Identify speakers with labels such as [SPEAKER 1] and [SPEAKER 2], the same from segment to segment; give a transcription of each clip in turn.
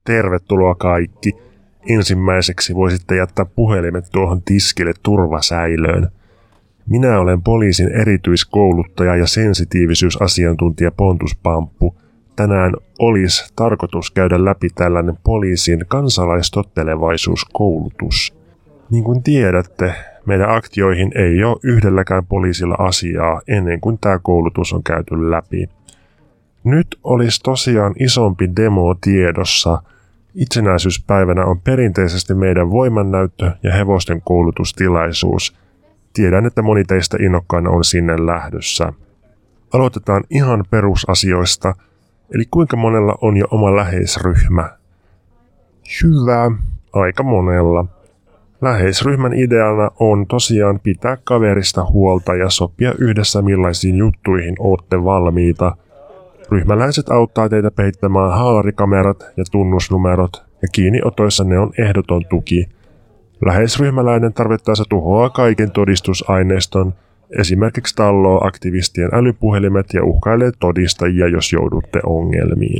[SPEAKER 1] Tervetuloa kaikki. Ensimmäiseksi voisitte jättää puhelimet tuohon tiskille turvasäilöön. Minä olen poliisin erityiskouluttaja ja sensitiivisyysasiantuntija Pontus Pamppu. Tänään olisi tarkoitus käydä läpi tällainen poliisin kansalaistottelevaisuuskoulutus. Niin kuin tiedätte, meidän aktioihin ei ole yhdelläkään poliisilla asiaa ennen kuin tämä koulutus on käyty läpi. Nyt olisi tosiaan isompi demo tiedossa. Itsenäisyyspäivänä on perinteisesti meidän voimannäyttö ja hevosten koulutustilaisuus. Tiedän, että moni teistä innokkaana on sinne lähdössä. Aloitetaan ihan perusasioista, eli kuinka monella on jo oma läheisryhmä? Hyvä, aika monella. Läheisryhmän ideana on tosiaan pitää kaverista huolta ja sopia yhdessä millaisiin juttuihin ootte valmiita. Ryhmäläiset auttaa teitä peittämään haalarikamerat ja tunnusnumerot ja kiinniotoissa ne on ehdoton tuki. Läheisryhmäläinen tarvittaessa tuhoaa kaiken todistusaineiston, esimerkiksi talloo aktivistien älypuhelimet ja uhkailee todistajia, jos joudutte ongelmiin.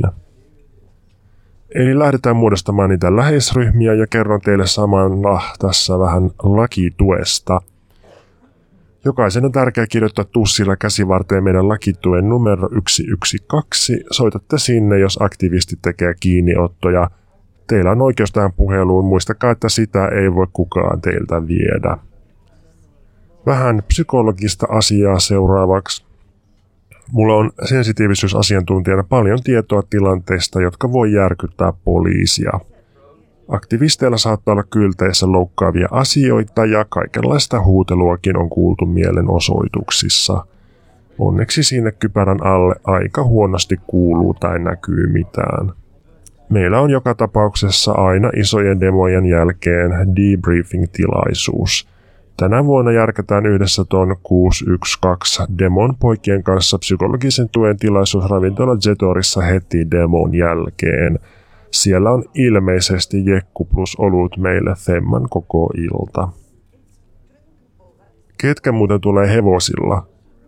[SPEAKER 1] Eli lähdetään muodostamaan niitä läheisryhmiä ja kerron teille samalla tässä vähän lakituesta. Jokaisen on tärkeää kirjoittaa tussilla käsivarteen meidän lakituen numero 112. Soitatte sinne, jos aktivisti tekee kiinniottoja. Teillä on oikeus tähän puheluun, muistakaa, että sitä ei voi kukaan teiltä viedä. Vähän psykologista asiaa seuraavaksi. Mulla on sensitiivisyysasiantuntijana paljon tietoa tilanteista, jotka voi järkyttää poliisia. Aktivisteilla saattaa olla kylteissä loukkaavia asioita ja kaikenlaista huuteluakin on kuultu mielenosoituksissa. Onneksi sinne kypärän alle aika huonosti kuuluu tai näkyy mitään. Meillä on joka tapauksessa aina isojen demojen jälkeen debriefing-tilaisuus. Tänä vuonna järkätään yhdessä ton 612 demon poikien kanssa psykologisen tuen tilaisuus ravintola Jetorissa heti demon jälkeen. Siellä on ilmeisesti jekku plus olut meille femman koko ilta. Ketkä muuten tulee hevosilla?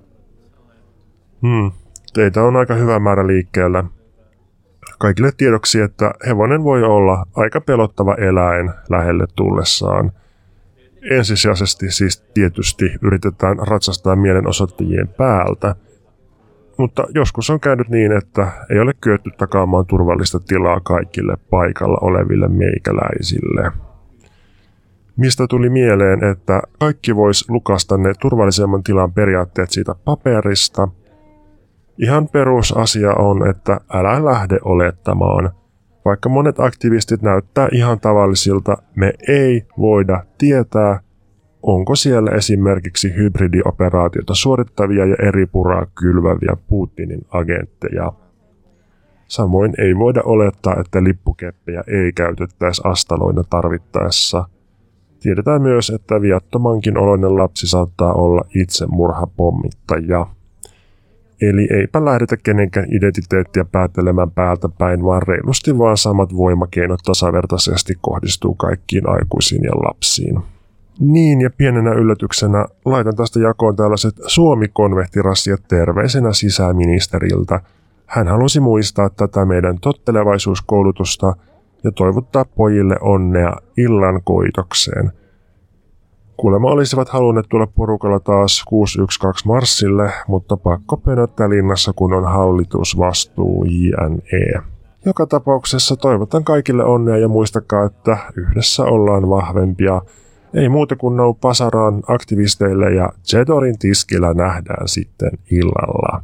[SPEAKER 1] Teitä on aika hyvä määrä liikkeellä. Kaikille tiedoksi, että hevonen voi olla aika pelottava eläin lähelle tullessaan. Ensisijaisesti siis tietysti yritetään ratsastaa mielenosoittajien päältä, mutta joskus on käynyt niin, että ei ole kyetty takaamaan turvallista tilaa kaikille paikalla oleville meikäläisille. Mistä tuli mieleen, että kaikki vois lukasta ne turvallisemman tilan periaatteet siitä paperista. Ihan perusasia on, että älä lähde olettamaan. Vaikka monet aktivistit näyttää ihan tavallisilta, me ei voida tietää, onko siellä esimerkiksi hybridioperaatiota suorittavia ja eri puraa kylväviä Putinin agentteja. Samoin ei voida olettaa, että lippukeppejä ei käytettäisi astaloina tarvittaessa. Tiedetään myös, että viattomankin oloinen lapsi saattaa olla itsemurhapommittaja. Eli eipä lähdetä kenenkään identiteettiä päättelemään päältä päin, vaan reilusti vaan samat voimakeinot tasavertaisesti kohdistuu kaikkiin aikuisiin ja lapsiin. Niin, ja pienenä yllätyksenä laitan tästä jakoon tällaiset Suomi-konvehtirassiat terveisenä sisäministeriltä. Hän halusi muistaa tätä meidän tottelevaisuuskoulutusta ja toivottaa pojille onnea illan koitokseen. Kuulemma olisivat halunneet tulla porukalla taas 612 marssille, mutta pakko pönöttää linnassa, kun on hallitusvastuu JNE. Joka tapauksessa toivotan kaikille onnea ja muistakaa, että yhdessä ollaan vahvempia. Ei muuta kuin no pasaraan aktivisteille ja Jedorin tiskillä nähdään sitten illalla.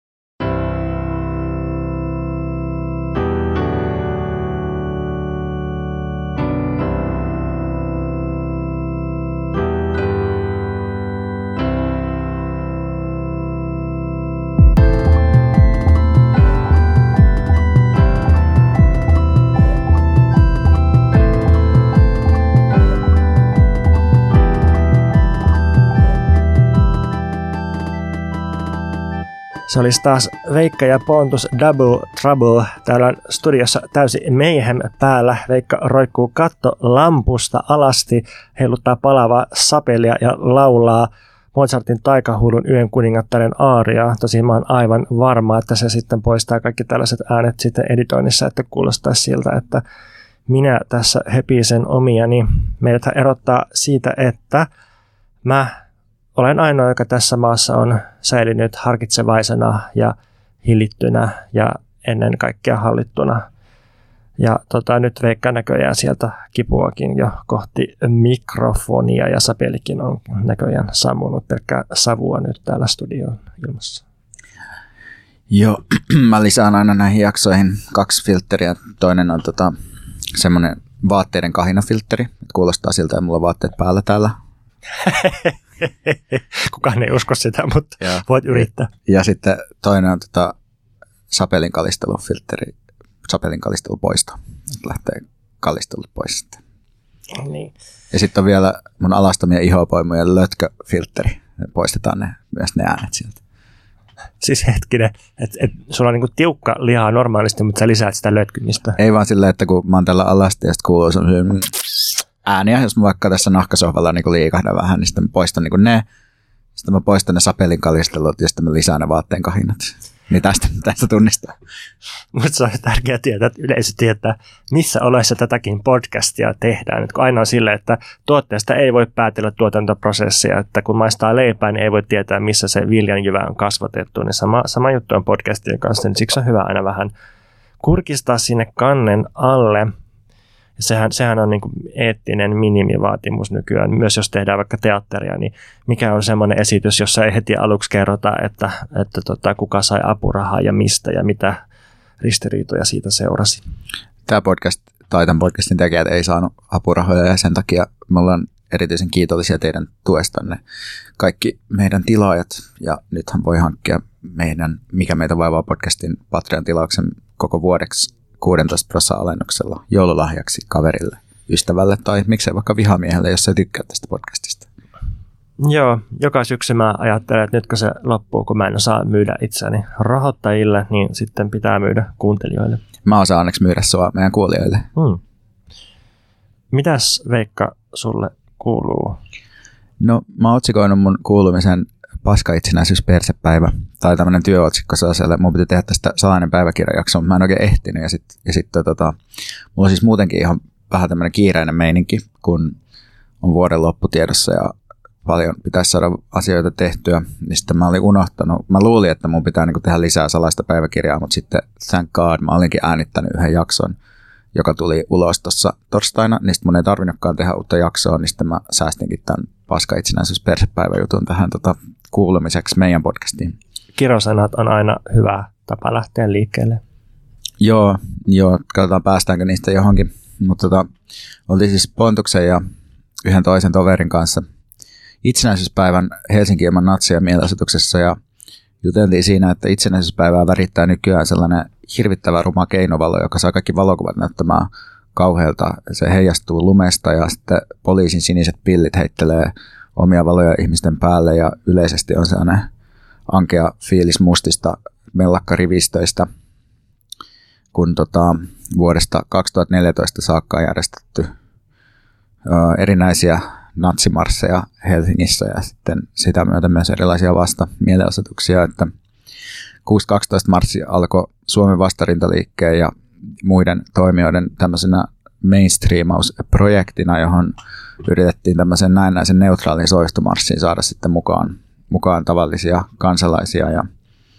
[SPEAKER 2] Se olisi taas Veikka ja Pontus Double Trouble. Täällä on studiossa täysi mayhem päällä. Veikka roikkuu kattolampusta alasti, heiluttaa palavaa sapelia ja laulaa Mozartin taikahuulun Yön kuningattaren aaria. Tosin mä oon aivan varma, että se sitten poistaa kaikki tällaiset äänet sitten editoinnissa, että kuulostaisi siltä, että minä tässä hepisen omiani. Meidät erottaa siitä, että mä olen ainoa, joka tässä maassa on säilynyt harkitsevaisena ja hillittynä ja ennen kaikkea hallittuna. Ja nyt Veikka näköjään sieltä kipuakin jo kohti mikrofonia ja sapelikin on näköjään sammunut pelkkää savua nyt täällä studion ilmassa.
[SPEAKER 3] Joo, mä lisään aina näihin jaksoihin 2 filtteriä. Toinen on semmoinen vaatteiden kahinafiltteri. Kuulostaa siltä, että mulla on vaatteet päällä täällä.
[SPEAKER 2] Kukaan ei usko sitä, mutta ja voit yrittää.
[SPEAKER 3] Ja sitten toinen on sapelin kalistelufiltteri. Sapelin kalistelupoisto. Lähtee kalistelut pois sitten.
[SPEAKER 2] Niin.
[SPEAKER 3] Ja sitten on vielä mun alastomia ihopoimujen lötköfiltteri. Poistetaan myös ne äänet sieltä.
[SPEAKER 2] Siis hetkinen, että sulla on niinku tiukka lihaa normaalisti, mutta sä lisäät sitä lötkymistä.
[SPEAKER 3] Ei vaan silleen, että kun mä oon tällä alasti ja sitten kuuluu ääniä, jos mä vaikka tässä nahkasohvalla niinku liikahdan vähän, niin sitten mä poistan niinku ne. Sitten mä poistan ne sapelin kalistelut ja sitten mä lisään ne vaatteen kahinat. Niin tästä tunnistaa.
[SPEAKER 2] Mutta se on tärkeää tietää, että yleisö tietää, missä oloissa tätäkin podcastia tehdään. Et kun aina on silleen, että tuotteesta ei voi päätellä tuotantoprosessia, että kun maistaa leipää, niin ei voi tietää, missä se viljanjyvä on kasvatettu. Niin sama juttu on podcastien kanssa, niin siksi on hyvä aina vähän kurkistaa sinne kannen alle. Sehän on niin kuin eettinen minimivaatimus nykyään. Myös jos tehdään vaikka teatteria, niin mikä on semmoinen esitys, jossa ei heti aluksi kerrota, että kuka sai apurahaa ja mistä ja mitä ristiriitoja siitä seurasi.
[SPEAKER 3] Tämän podcastin tekijät ei saanut apurahoja ja sen takia me ollaan erityisen kiitollisia teidän tuestanne. Kaikki meidän tilaajat ja nythän voi hankkia Mikä meitä vaivaa podcastin Patreon-tilauksen koko vuodeksi 16% alennuksella joululahjaksi kaverille, ystävälle tai miksei vaikka vihamiehelle, jos ei tykkää tästä podcastista.
[SPEAKER 2] Joo, joka syksy mä ajattelen, että nyt kun se loppuu, kun mä en osaa myydä itseäni rahoittajille, niin sitten pitää myydä kuuntelijoille.
[SPEAKER 3] Mä osaan onneksi myydä sua meidän kuulijoille.
[SPEAKER 2] Mitäs Veikka sulle kuuluu?
[SPEAKER 3] No mä otsikoinut mun kuulumisen Paska itsenäisyys persepäivä, tai tämmöinen työotsikko sellaiselle. Mun piti tehdä tästä salainen päiväkirjajakso, mutta mä en oikein ehtinyt. Ja sitten mulla on siis muutenkin ihan vähän tämmöinen kiireinen meininki, kun on vuoden lopputiedossa ja paljon pitäisi saada asioita tehtyä. Niin sitten mä olin unohtanut. Mä luulin, että mun pitää niinku tehdä lisää salaista päiväkirjaa, mutta sitten thank God mä olinkin äänittänyt yhden jakson, joka tuli ulos tuossa torstaina. Niin sitten mun ei tarvinnutkaan tehdä uutta jaksoa, niin sitten mä säästinkin tämän Paska itsenäisyys persepäiväjutun tähän kuulumiseksi meidän podcastiin.
[SPEAKER 2] Kirosanat on aina hyvä tapa lähteä liikkeelle.
[SPEAKER 3] Joo, katsotaan päästäänkö niistä johonkin. Mutta oltiin siis Pontuksen ja yhden toisen toverin kanssa itsenäisyyspäivän Helsinki ilman natsia mielenosoituksessa ja juteltiin siinä, että itsenäisyyspäivää värittää nykyään sellainen hirvittävä ruma keinovalo, joka saa kaikki valokuvat näyttämään kauhealta. Se heijastuu lumesta ja sitten poliisin siniset pillit heittelee omia valoja ihmisten päälle ja yleisesti on sellainen ankea fiilis mustista mellakkarivistöistä, kun vuodesta 2014 saakka on järjestetty erinäisiä natsimarsseja Helsingissä ja sitten sitä myötä myös erilaisia vastamielenosoituksia, että 6.12 marssi alkoi Suomen vastarintaliikkeen ja muiden toimijoiden tämmöisenä mainstreamausprojektina, johon yritettiin tämmöisen näennäisen neutraalin soistomarssiin saada sitten mukaan tavallisia kansalaisia. Ja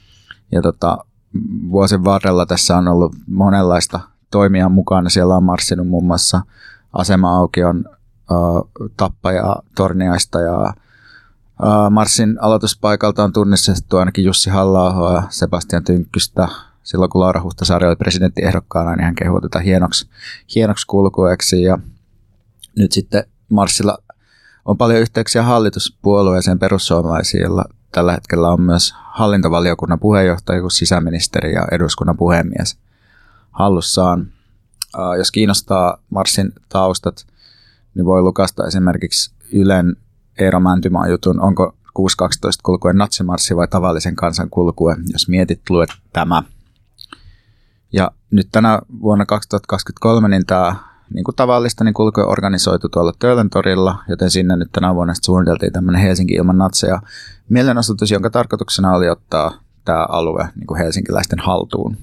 [SPEAKER 3] vuosien varrella tässä on ollut monenlaista toimia mukana. Siellä on marssinut muun muassa Asema-aukion Tappaja Torniaista ja marssin aloituspaikalta on tunnistettu ainakin Jussi Halla-ahoa ja Sebastian Tynkkystä. Silloin kun Laura Huhtasaari oli presidenttiehdokkaana, niin hän kehui tätä hienoksi kulkueeksi. Ja nyt sitten marssilla on paljon yhteyksiä hallituspuolueeseen perussuomalaisiin, jolla tällä hetkellä on myös hallintovaliokunnan puheenjohtaja, sisäministeri ja eduskunnan puhemies hallussaan. Jos kiinnostaa marssin taustat, niin voi lukasta esimerkiksi Ylen Eero Mäntymaan jutun, onko 6.12 kulkuen natsimarssi vai tavallisen kansan kulkue. Jos mietit, luet tämä. Ja nyt tänä vuonna 2023 niin tämä niin kuin tavallista, niin kulkue organisoitu tuolla Töölön torilla, joten sinne nyt tänä vuonna suunniteltiin tämmöinen Helsinki ilman natseja mielenosoitus, jonka tarkoituksena oli ottaa tämä alue niin kuin helsinkiläisten haltuun.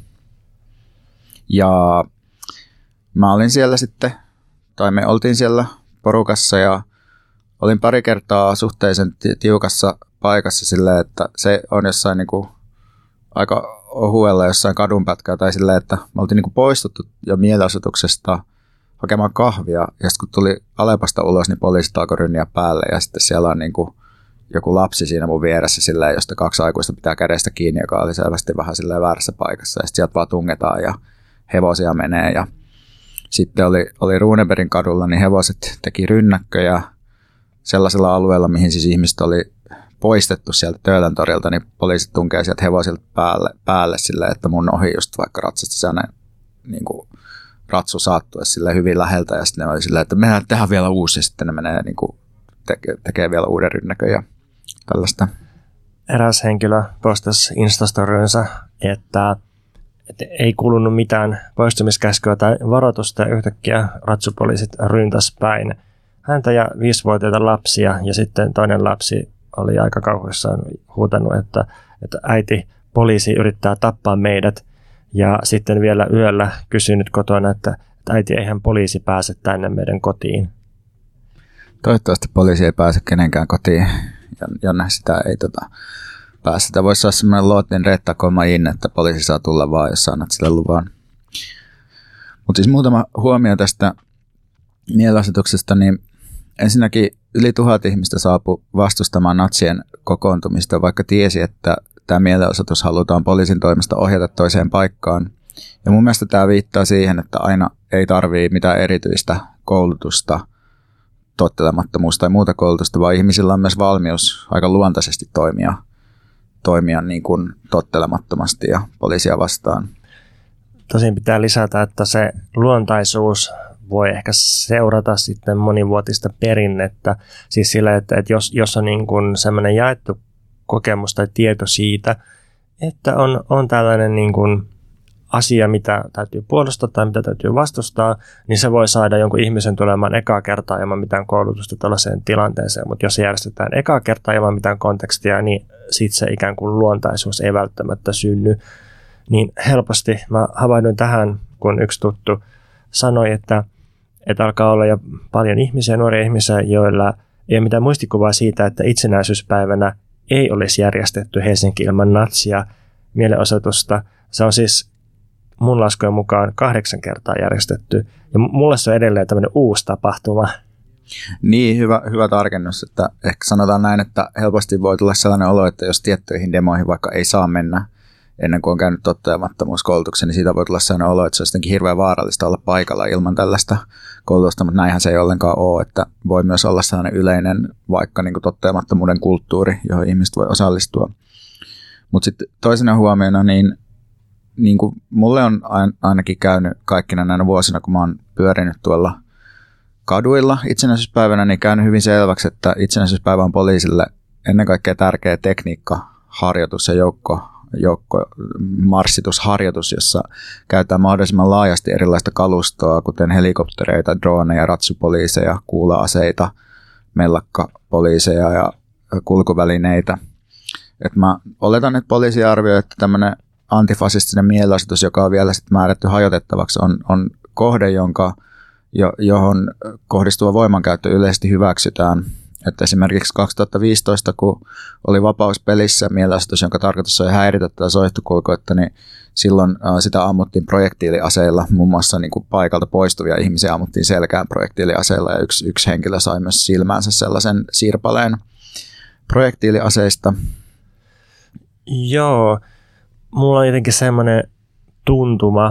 [SPEAKER 3] Ja mä olin siellä sitten, tai me oltiin siellä porukassa ja olin pari kertaa suhteellisen tiukassa paikassa silleen, että se on jossain niin kuin aika ohuella jossain kadunpätkää tai silleen, että me oltiin niin kuin poistuttu jo mielenosoituksesta hakemaan kahvia ja sitten kun tuli Alepasta ulos, niin poliisit alkoi rynniä päälle ja sitten siellä on niin kuin joku lapsi siinä mun vieressä silleen, josta 2 aikuista pitää kädestä kiinni, joka oli selvästi vähän silleen väärässä paikassa ja sitten sieltä vaan tungetaan ja hevosia menee ja sitten oli Runebergin kadulla, niin hevoset teki rynnäkköjä sellaisella alueella, mihin siis ihmiset oli poistettu sieltä Töölön torilta, niin poliisit tunkee sieltä hevosilta päälle silleen, että mun ohi just vaikka ratsasti sellainen niin kuin ratsu saattui silleen hyvin läheltä ja sitten ne oli silleen, että mehän tehdään vielä uusi ja sitten ne menee niin kuin tekee vielä uuden rynnäkön ja tällaista.
[SPEAKER 2] Eräs henkilö postasi Instastorynsä, että ei kuulunut mitään poistumiskäskyä tai varoitusta ja yhtäkkiä ratsupoliisit ryntäs päin häntä ja 5-vuotiaita lapsia ja sitten toinen lapsi oli aika kauhuissaan huutanut, että äiti, poliisi yrittää tappaa meidät ja sitten vielä yöllä kysynyt kotona, että äiti, eihän poliisi pääse tänne meidän kotiin.
[SPEAKER 3] Toivottavasti poliisi ei pääse kenenkään kotiin, jonne sitä ei pääse. Sitä voisi olla semmoinen Låt rätta komma in, että poliisi saa tulla vaan, jos annat sille luvan. Mutta siis muutama huomio tästä mielenosoituksesta, niin ensinnäkin yli 1000 ihmistä saapui vastustamaan natsien kokoontumista, vaikka tiesi, että tämä mielenosoitus halutaan poliisin toimesta ohjata toiseen paikkaan. Ja mun mielestä tämä viittaa siihen, että aina ei tarvitse mitään erityistä koulutusta, tottelemattomuus tai muuta koulutusta, vaan ihmisillä on myös valmius aika luontaisesti toimia niin kuin tottelemattomasti ja poliisia vastaan.
[SPEAKER 2] Tosin pitää lisätä, että se luontaisuus voi ehkä seurata sitten monivuotista perinnettä. Siis sillä, että jos on niin kuin sellainen jaettu kokemus tai tieto siitä, että on tällainen niin kuin asia, mitä täytyy puolustaa tai mitä täytyy vastustaa, niin se voi saada jonkun ihmisen tulemaan ekaa kertaa ilman mitään koulutusta tällaiseen tilanteeseen. Mutta jos se järjestetään ekaa kertaa ilman mitään kontekstia, niin sitten se ikään kuin luontaisuus ei välttämättä synny. Niin helposti mä havahduin tähän, kun yksi tuttu sanoi, että alkaa olla jo paljon ihmisiä, nuoria ihmisiä, joilla ei ole mitään muistikuvaa siitä, että itsenäisyyspäivänä ei olisi järjestetty Helsinki ilman natsia mielenosoitusta. Se on siis mun laskujen mukaan 8 kertaa järjestetty. Ja mulle se on edelleen tämmöinen uusi tapahtuma.
[SPEAKER 3] Niin, hyvä tarkennus, että ehkä sanotaan näin, että helposti voi tulla sellainen olo, että jos tiettyihin demoihin vaikka ei saa mennä ennen kuin on käynyt tottelemattomuuskoulutuksen, niin siitä voi tulla sellainen olo, että se olisi jotenkin hirveän vaarallista olla paikalla ilman tällaista koulutusta, mutta näinhän se ei ollenkaan ole, että voi myös olla sellainen yleinen vaikka niin kuin tottelemattomuuden kulttuuri, johon ihmiset voi osallistua. Mutta sitten toisena huomiona, niin kuin mulle on ainakin käynyt kaikkina näinä vuosina, kun mä oon pyörinyt tuolla kaduilla itsenäisyyspäivänä, niin käynyt hyvin selväksi, että itsenäisyyspäivä on poliisille ennen kaikkea tärkeä tekniikkaharjoitus ja joukkomarssitusharjoitus, jossa käytetään mahdollisimman laajasti erilaista kalustoa, kuten helikoptereita, droneja, ratsupoliiseja, kuula-aseita, mellakkapoliiseja ja kulkuvälineitä. Et mä oletan, että poliisi arvioi, että tämmöinen antifasistinen mielenosoitus, joka on vielä sitten määrätty hajotettavaksi, on kohde, johon kohdistuva voimankäyttö yleisesti hyväksytään. Että esimerkiksi 2015, kun oli Vapauspelissä mielenosoitus, jonka tarkoitus oli häiritä tätä soihtukulkuetta, niin silloin sitä ammuttiin projektiiliaseilla. Muun muassa niin kuin paikalta poistuvia ihmisiä ammuttiin selkään projektiiliaseilla ja yksi henkilö sai myös silmäänsä sellaisen sirpaleen projektiiliaseista.
[SPEAKER 2] Joo, mulla on jotenkin semmoinen tuntuma,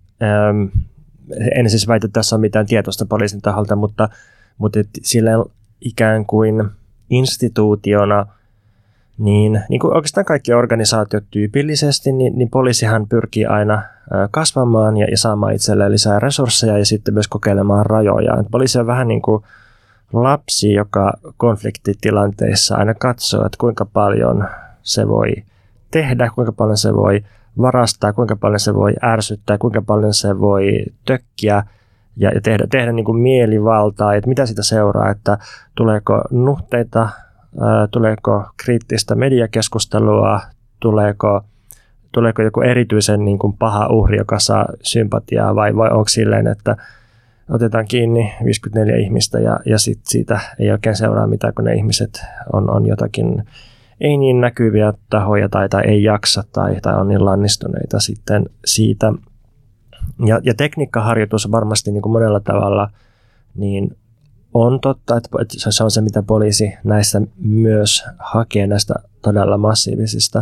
[SPEAKER 2] en siis väitä, että tässä on mitään tietoista poliisin taholta, mutta sillä ikään kuin instituutiona, niin kuin oikeastaan kaikki organisaatiot tyypillisesti, niin poliisihan pyrkii aina kasvamaan ja saamaan itselleen lisää resursseja ja sitten myös kokeilemaan rajoja. Poliisi on vähän niin kuin lapsi, joka konfliktitilanteissa aina katsoo, että kuinka paljon se voi tehdä, kuinka paljon se voi varastaa, kuinka paljon se voi ärsyttää, kuinka paljon se voi tökkiä ja tehdä niin kuin mielivaltaa, että mitä sitä seuraa, että tuleeko nuhteita, tuleeko kriittistä mediakeskustelua, tuleeko joku erityisen niin kuin paha uhri, joka saa sympatiaa vai onko silleen, että otetaan kiinni 54 ihmistä ja sit siitä ei oikein seuraa mitään, kun ne ihmiset on jotakin ei niin näkyviä tahoja tai ei jaksa tai on niin lannistuneita sitten siitä. Ja tekniikkaharjoitus varmasti niin kuin monella tavalla niin on totta, että se on se, mitä poliisi näistä myös hakee näistä todella massiivisista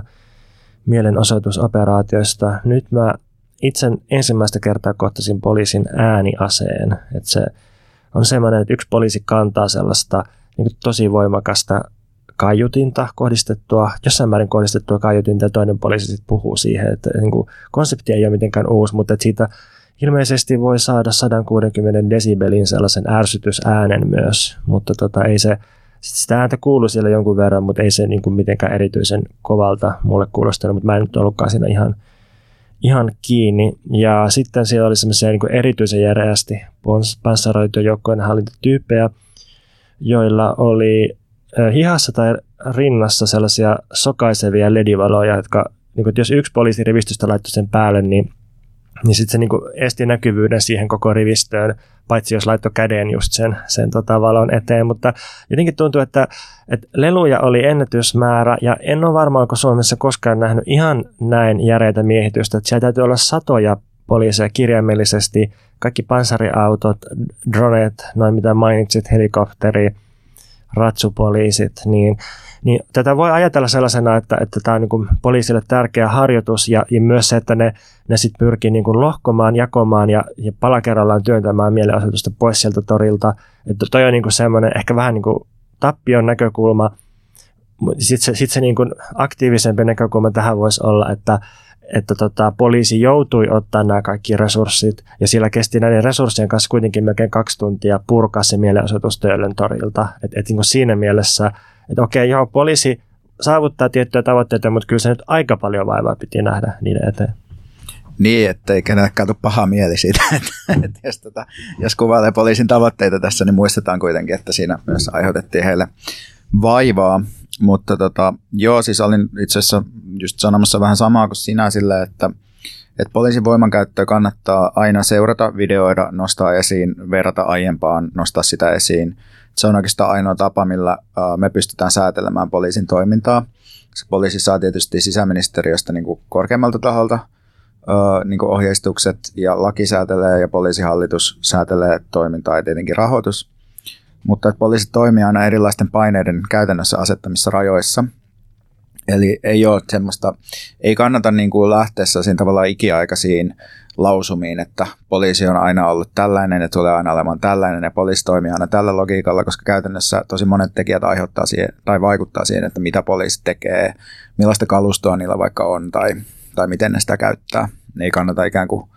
[SPEAKER 2] mielenosoitusoperaatioista. Nyt mä itse ensimmäistä kertaa kohtasin poliisin ääniaseen. Että se on semmoinen, että yksi poliisi kantaa sellaista niin kuin tosi voimakasta kaiutinta jossain määrin kohdistettua kaiutinta ja toinen poliisi sitten puhuu siihen, että niin kuin konsepti ei ole mitenkään uusi, mutta että siitä ilmeisesti voi saada 160 desibelin sellaisen ärsytysäänen myös, mutta ei se, sitä ääntä kuuluu siellä jonkun verran, mutta ei se niin kuin mitenkään erityisen kovalta mulle kuulostanut, mutta mä en nyt ollutkaan siinä ihan kiinni. Ja sitten siellä oli semmoisia niin kuin erityisen järeästi panssaroituja joukkojen hallintatyyppejä, joilla oli hihassa tai rinnassa sellaisia sokaisevia ledivaloja, jotka, niin kuin, jos yksi poliisi rivistöstä laittoi sen päälle, niin sitten se niin kuin esti näkyvyyden siihen koko rivistöön, paitsi jos laittoi käden just sen valon eteen. Mutta jotenkin tuntuu, että leluja oli ennätysmäärä, ja en ole varma, onko Suomessa koskaan nähnyt ihan näin järeitä miehitystä. Että siellä täytyy olla satoja poliiseja kirjaimellisesti, kaikki panssariautot, dronet, noin mitä mainitsit, helikopteri, ratsupoliisit, niin tätä voi ajatella sellaisena, että tämä on niin kuin poliisille tärkeä harjoitus ja myös se, että ne sitten pyrkii niin kuin lohkomaan, jakomaan ja pala kerrallaan työntämään mielenosoitusta pois sieltä torilta. Että toi on niin kuin semmoinen ehkä vähän niin kuin tappion näkökulma. Sitten se niin kuin aktiivisempi näkökulma tähän voisi olla, että poliisi joutui ottaa nämä kaikki resurssit ja sillä kesti näiden resurssien kanssa kuitenkin melkein 2 tuntia purkaa se mielenosoitus Töölön torilta. Et niin kuin siinä mielessä, että okei, joo, poliisi saavuttaa tiettyjä tavoitteita, mutta kyllä se nyt aika paljon vaivaa piti nähdä niiden eteen.
[SPEAKER 3] Niin, ettei kenellekään tule paha mieli siitä, että jos kuvailee poliisin tavoitteita tässä, niin muistetaan kuitenkin, että siinä myös aiheutettiin heille vaivaa. Mutta joo, siis olin itse asiassa just sanomassa vähän samaa kuin sinä sille, että poliisin voimankäyttöä kannattaa aina seurata, videoida, nostaa esiin, verrata aiempaan, nostaa sitä esiin. Se on oikeastaan ainoa tapa, millä me pystytään säätelemään poliisin toimintaa. Poliisi saa tietysti sisäministeriöstä niin kuin korkeammalta taholta niin kuin ohjeistukset ja laki säätelee ja poliisihallitus säätelee toimintaa ja tietenkin rahoitus. Mutta että poliisi toimii aina erilaisten paineiden käytännössä asettamissa rajoissa. Eli ei ole semmoista, ei kannata niin kuin lähteä siinä tavallaan ikiaikaisiin lausumiin, että poliisi on aina ollut tällainen ja tulee aina olemaan tällainen ja poliisi toimii aina tällä logiikalla, koska käytännössä tosi monet tekijät aiheuttaa siihen tai vaikuttaa siihen, että mitä poliisi tekee, millaista kalustoa niillä vaikka on tai miten ne sitä käyttää. Ei kannata ikään kuin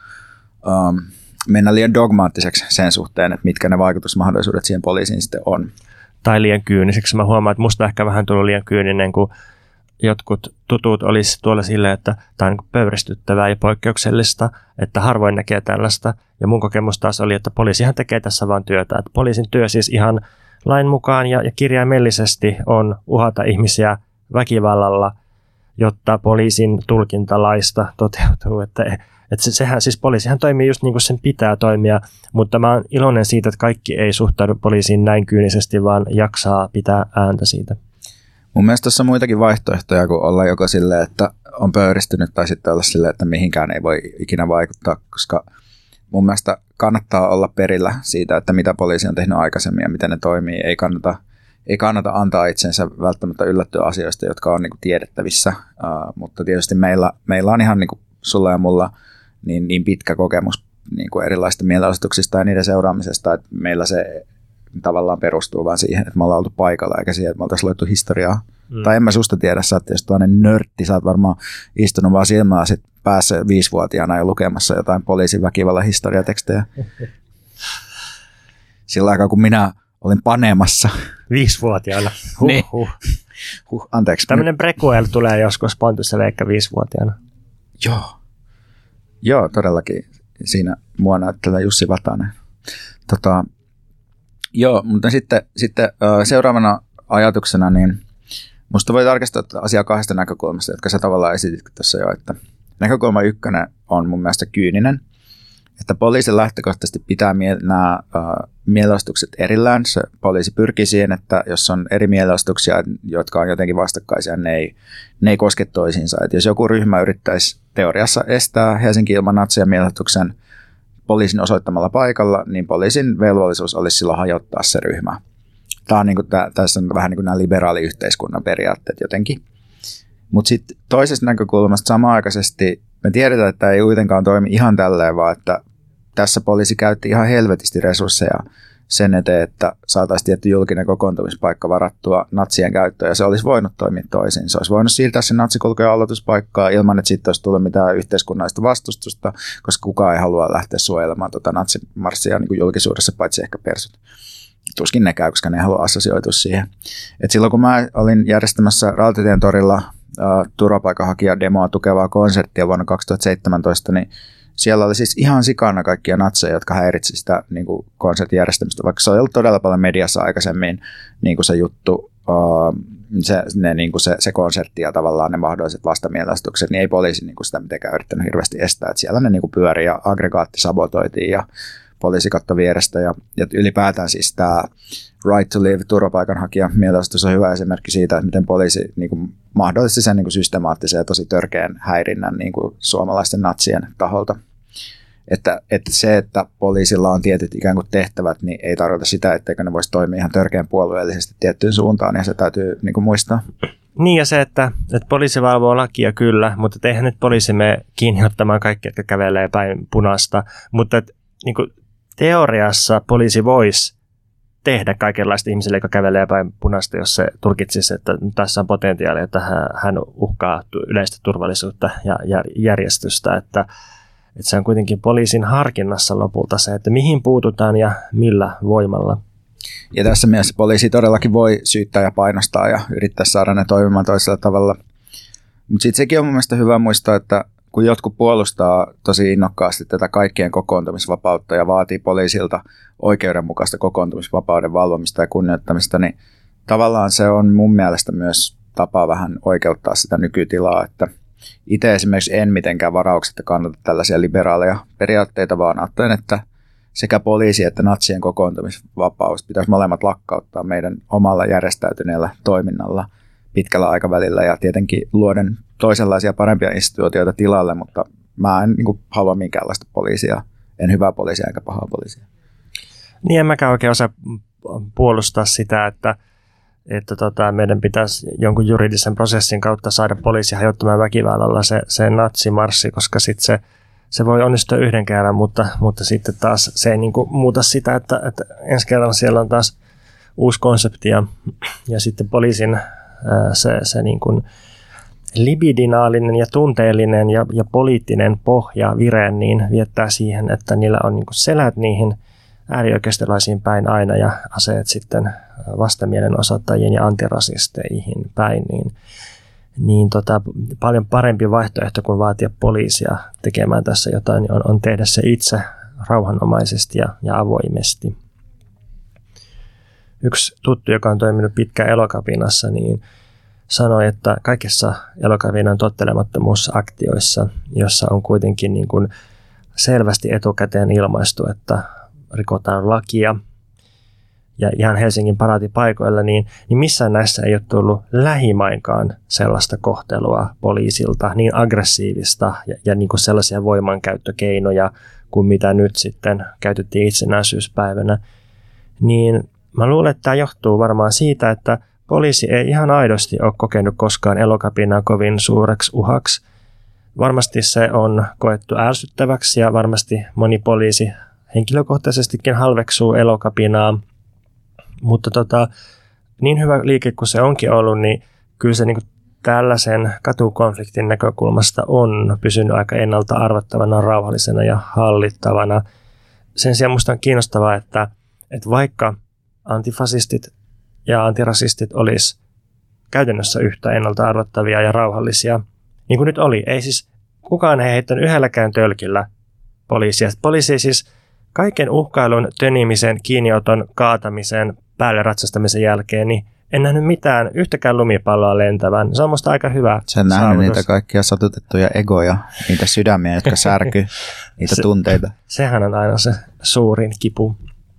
[SPEAKER 3] mennä liian dogmaattiseksi sen suhteen, että mitkä ne vaikutusmahdollisuudet siihen poliisiin sitten on.
[SPEAKER 2] Tai liian kyyniseksi. Mä huomaan, että musta ehkä vähän tullut liian kyyninen, kun jotkut tutut olisi tuolla silleen, että tämä on niin pöyristyttävää ja poikkeuksellista, että harvoin näkee tällaista. Ja mun kokemus taas oli, että poliisihan tekee tässä vaan työtä. Että poliisin työ siis ihan lain mukaan ja kirjaimellisesti on uhata ihmisiä väkivallalla, jotta poliisin tulkinta laista toteutuu. Että sehän, siis poliisihan toimii just niin kuin sen pitää toimia, mutta mä oon iloinen siitä, että kaikki ei suhtaudu poliisiin näin kyynisesti, vaan jaksaa pitää ääntä siitä.
[SPEAKER 3] Mun mielestä tuossa on muitakin vaihtoehtoja, kun olla joko silleen, että on pöyristynyt, tai sitten olla silleen, että mihinkään ei voi ikinä vaikuttaa, koska mun mielestä kannattaa olla perillä siitä, että mitä poliisi on tehnyt aikaisemmin ja miten ne toimii. Ei kannata antaa itsensä välttämättä yllättyä asioista, jotka on niin kuin tiedettävissä, mutta tietysti meillä on ihan niin kuin sulla ja mulla niin pitkä kokemus niin kuin erilaisista mielenosoituksista ja niiden seuraamisesta, että meillä se tavallaan perustuu vaan siihen, että me ollaan oltu paikalla, eikä siihen, että me oltaisiin luettu historiaa. Tai en mä susta tiedä, sä oot tietysti tuollainen nörtti, sä oot varmaan istunut vaan silmällä sit päässä 5-vuotiaana ja lukemassa jotain poliisin väkivallan historiatekstejä. Sillä aikaa, kun minä olin paneemassa.
[SPEAKER 2] 5-vuotiaana.
[SPEAKER 3] Niin. Anteeksi.
[SPEAKER 2] Tämmöinen prequel tulee joskus Pontus ja Veikka 5-vuotiaana.
[SPEAKER 3] Joo, todellakin. Siinä mua näyttelee Jussi Vatanen. Joo, mutta sitten seuraavana ajatuksena, niin musta voi tarkistaa asiaa kahdesta näkökulmasta, jotka sä tavallaan esitit tässä jo, että näkökulma ykkönen on mun mielestä kyyninen, että poliisin lähtökohtaisesti pitää nämä mielenosoitukset erillään. Se poliisi pyrkii siihen, että jos on eri mielenosoituksia, jotka on jotenkin vastakkaisia, ne ei koske toisiinsa. Että jos joku ryhmä yrittäisi teoriassa estää Helsingin ilman natsia mielenosoituksen poliisin osoittamalla paikalla, niin poliisin velvollisuus olisi silloin hajottaa se ryhmä. Tämä on tässä on vähän niin kuin nämä liberaaliyhteiskunnan periaatteet jotenkin. Mutta sitten toisesta näkökulmasta samanaikaisesti me tiedetään, että ei kuitenkaan toimi ihan tälleen, vaan että tässä poliisi käytti ihan helvetisti resursseja sen eteen, että saataisiin tietty julkinen kokoontumispaikka varattua natsien käyttöön, ja se olisi voinut toimia toisin. Se olisi voinut siirtää sen natsikulkujen aloituspaikkaa ilman, että siitä olisi tullut mitään yhteiskunnallista vastustusta, koska kukaan ei halua lähteä suojelemaan natsimarssia niin kuin julkisuudessa, paitsi ehkä persut. Tuskin ne käy, koska ne ei halua assosioitua siihen. Et silloin kun mä olin järjestämässä Rautatien torilla turvapaikanhakijademoa tukevaa konserttia vuonna 2017, niin siellä oli siis ihan sikana kaikkia natseja, jotka häiritsivät sitä niin kuin konsertin järjestämistä, vaikka se oli ollut todella paljon mediassa aikaisemmin niin kuin se juttu, se konsertti ja tavallaan ne mahdolliset vastamielenosoitukset, niin ei poliisi niin kuin sitä mitenkään yrittänyt hirveästi estää. Että siellä ne niin kuin pyöri ja aggregaatti sabotoitiin ja poliisi katsoi vierestä. Ja ylipäätään siis tämä Right to Live turvapaikanhakija mielenosoitus on hyvä esimerkki siitä, että miten poliisi niin kuin mahdollisti sen niin kuin systemaattisen ja tosi törkeän häirinnän niin kuin suomalaisten natsien taholta. Että se, että poliisilla on tietyt ikään kuin tehtävät, niin ei tarkoita sitä, etteikö ne voisi toimia ihan törkeän puolueellisesti tiettyyn suuntaan, ja se täytyy niin kuin muistaa.
[SPEAKER 2] Niin, ja se, että poliisi valvoo lakia kyllä, mutta eihän nyt poliisi mene kiinni ottamaan kaikki, jotka kävelee päin punaista, mutta niin kuin teoriassa poliisi voisi tehdä kaikenlaista ihmisille, jotka kävelee päin punaista, jos se tulkitsisi, että tässä on potentiaalia, että hän uhkaa yleistä turvallisuutta ja järjestystä, että se on kuitenkin poliisin harkinnassa lopulta se, että mihin puututaan ja millä voimalla.
[SPEAKER 3] Ja tässä mielessä poliisi todellakin voi syyttää ja painostaa ja yrittää saada ne toimimaan toisella tavalla. Mutta sitten sekin on mun mielestä hyvä muistaa, että kun jotkut puolustaa tosi innokkaasti tätä kaikkien kokoontumisvapautta ja vaatii poliisilta oikeudenmukaista kokoontumisvapauden valvomista ja kunnioittamista, niin tavallaan se on mun mielestä myös tapa vähän oikeuttaa sitä nykytilaa, että itse esimerkiksi en mitenkään varauksetta kannata tällaisia liberaaleja periaatteita, vaan ajattelen, että sekä poliisi että natsien kokoontumisvapaus pitäisi molemmat lakkauttaa meidän omalla järjestäytyneellä toiminnalla pitkällä aikavälillä ja tietenkin luoden toisenlaisia parempia instituutioita tilalle, mutta mä en halua minkäänlaista poliisia, en hyvää poliisia eikä pahaa poliisia.
[SPEAKER 2] Niin en mäkään oikein osaa puolustaa sitä, että meidän pitäisi jonkun juridisen prosessin kautta saada poliisi hajottamaan väkivallalla se natsimarssi, koska sitten se voi onnistua yhden kerran, mutta sitten taas se ei muuta sitä, että ensi kerran siellä on taas uusi konsepti ja sitten poliisin se libidinaalinen ja tunteellinen ja poliittinen pohja vire niin viettää siihen, että niillä on selät niihin äärioikeistolaisiin päin aina ja aseet sitten vastamielenosoittajien ja antirasisteihin päin, niin paljon parempi vaihtoehto kuin vaatia poliisia tekemään tässä jotain, on tehdä se itse rauhanomaisesti ja avoimesti. Yksi tuttu, joka on toiminut pitkään Elokapinassa, niin sanoi, että kaikissa Elokapinan tottelemattomuusaktioissa, jossa on kuitenkin selvästi etukäteen ilmaistu, että rikotaan lakia ja ihan Helsingin paraatipaikoilla, niin missään näissä ei ole tullut lähimainkaan sellaista kohtelua poliisilta, niin aggressiivista ja sellaisia voimankäyttökeinoja kuin mitä nyt sitten käytettiin itsenäisyyspäivänä. Niin mä luulen, että tämä johtuu varmaan siitä, että poliisi ei ihan aidosti ole kokenut koskaan Elokapinaa kovin suureksi uhaksi. Varmasti se on koettu ärsyttäväksi ja varmasti moni poliisi henkilökohtaisestikin halveksuu Elokapinaa, mutta niin hyvä liike kuin se onkin ollut, niin kyllä se tällaisen katukonfliktin näkökulmasta on pysynyt aika ennalta arvattavana, rauhallisena ja hallittavana. Sen sijaan minusta on kiinnostavaa, että vaikka antifasistit ja antirasistit olisi käytännössä yhtä ennalta arvattavia ja rauhallisia, niin kuin nyt oli, ei siis kukaan ei heittänyt yhdelläkään tölkillä poliisia. Poliisi ei siis kaiken uhkailun, tönimisen, kiinnioton, kaatamisen, päälle ratsastamisen jälkeen, niin en nähnyt mitään, yhtäkään lumipalloa lentävän. Se on musta aika hyvä
[SPEAKER 3] sä nähnyt
[SPEAKER 2] saavutus.
[SPEAKER 3] niitä kaikkia satutettuja egoja, niitä sydämiä, jotka särkyy, niitä tunteita.
[SPEAKER 2] Sehän on aina se suurin kipu.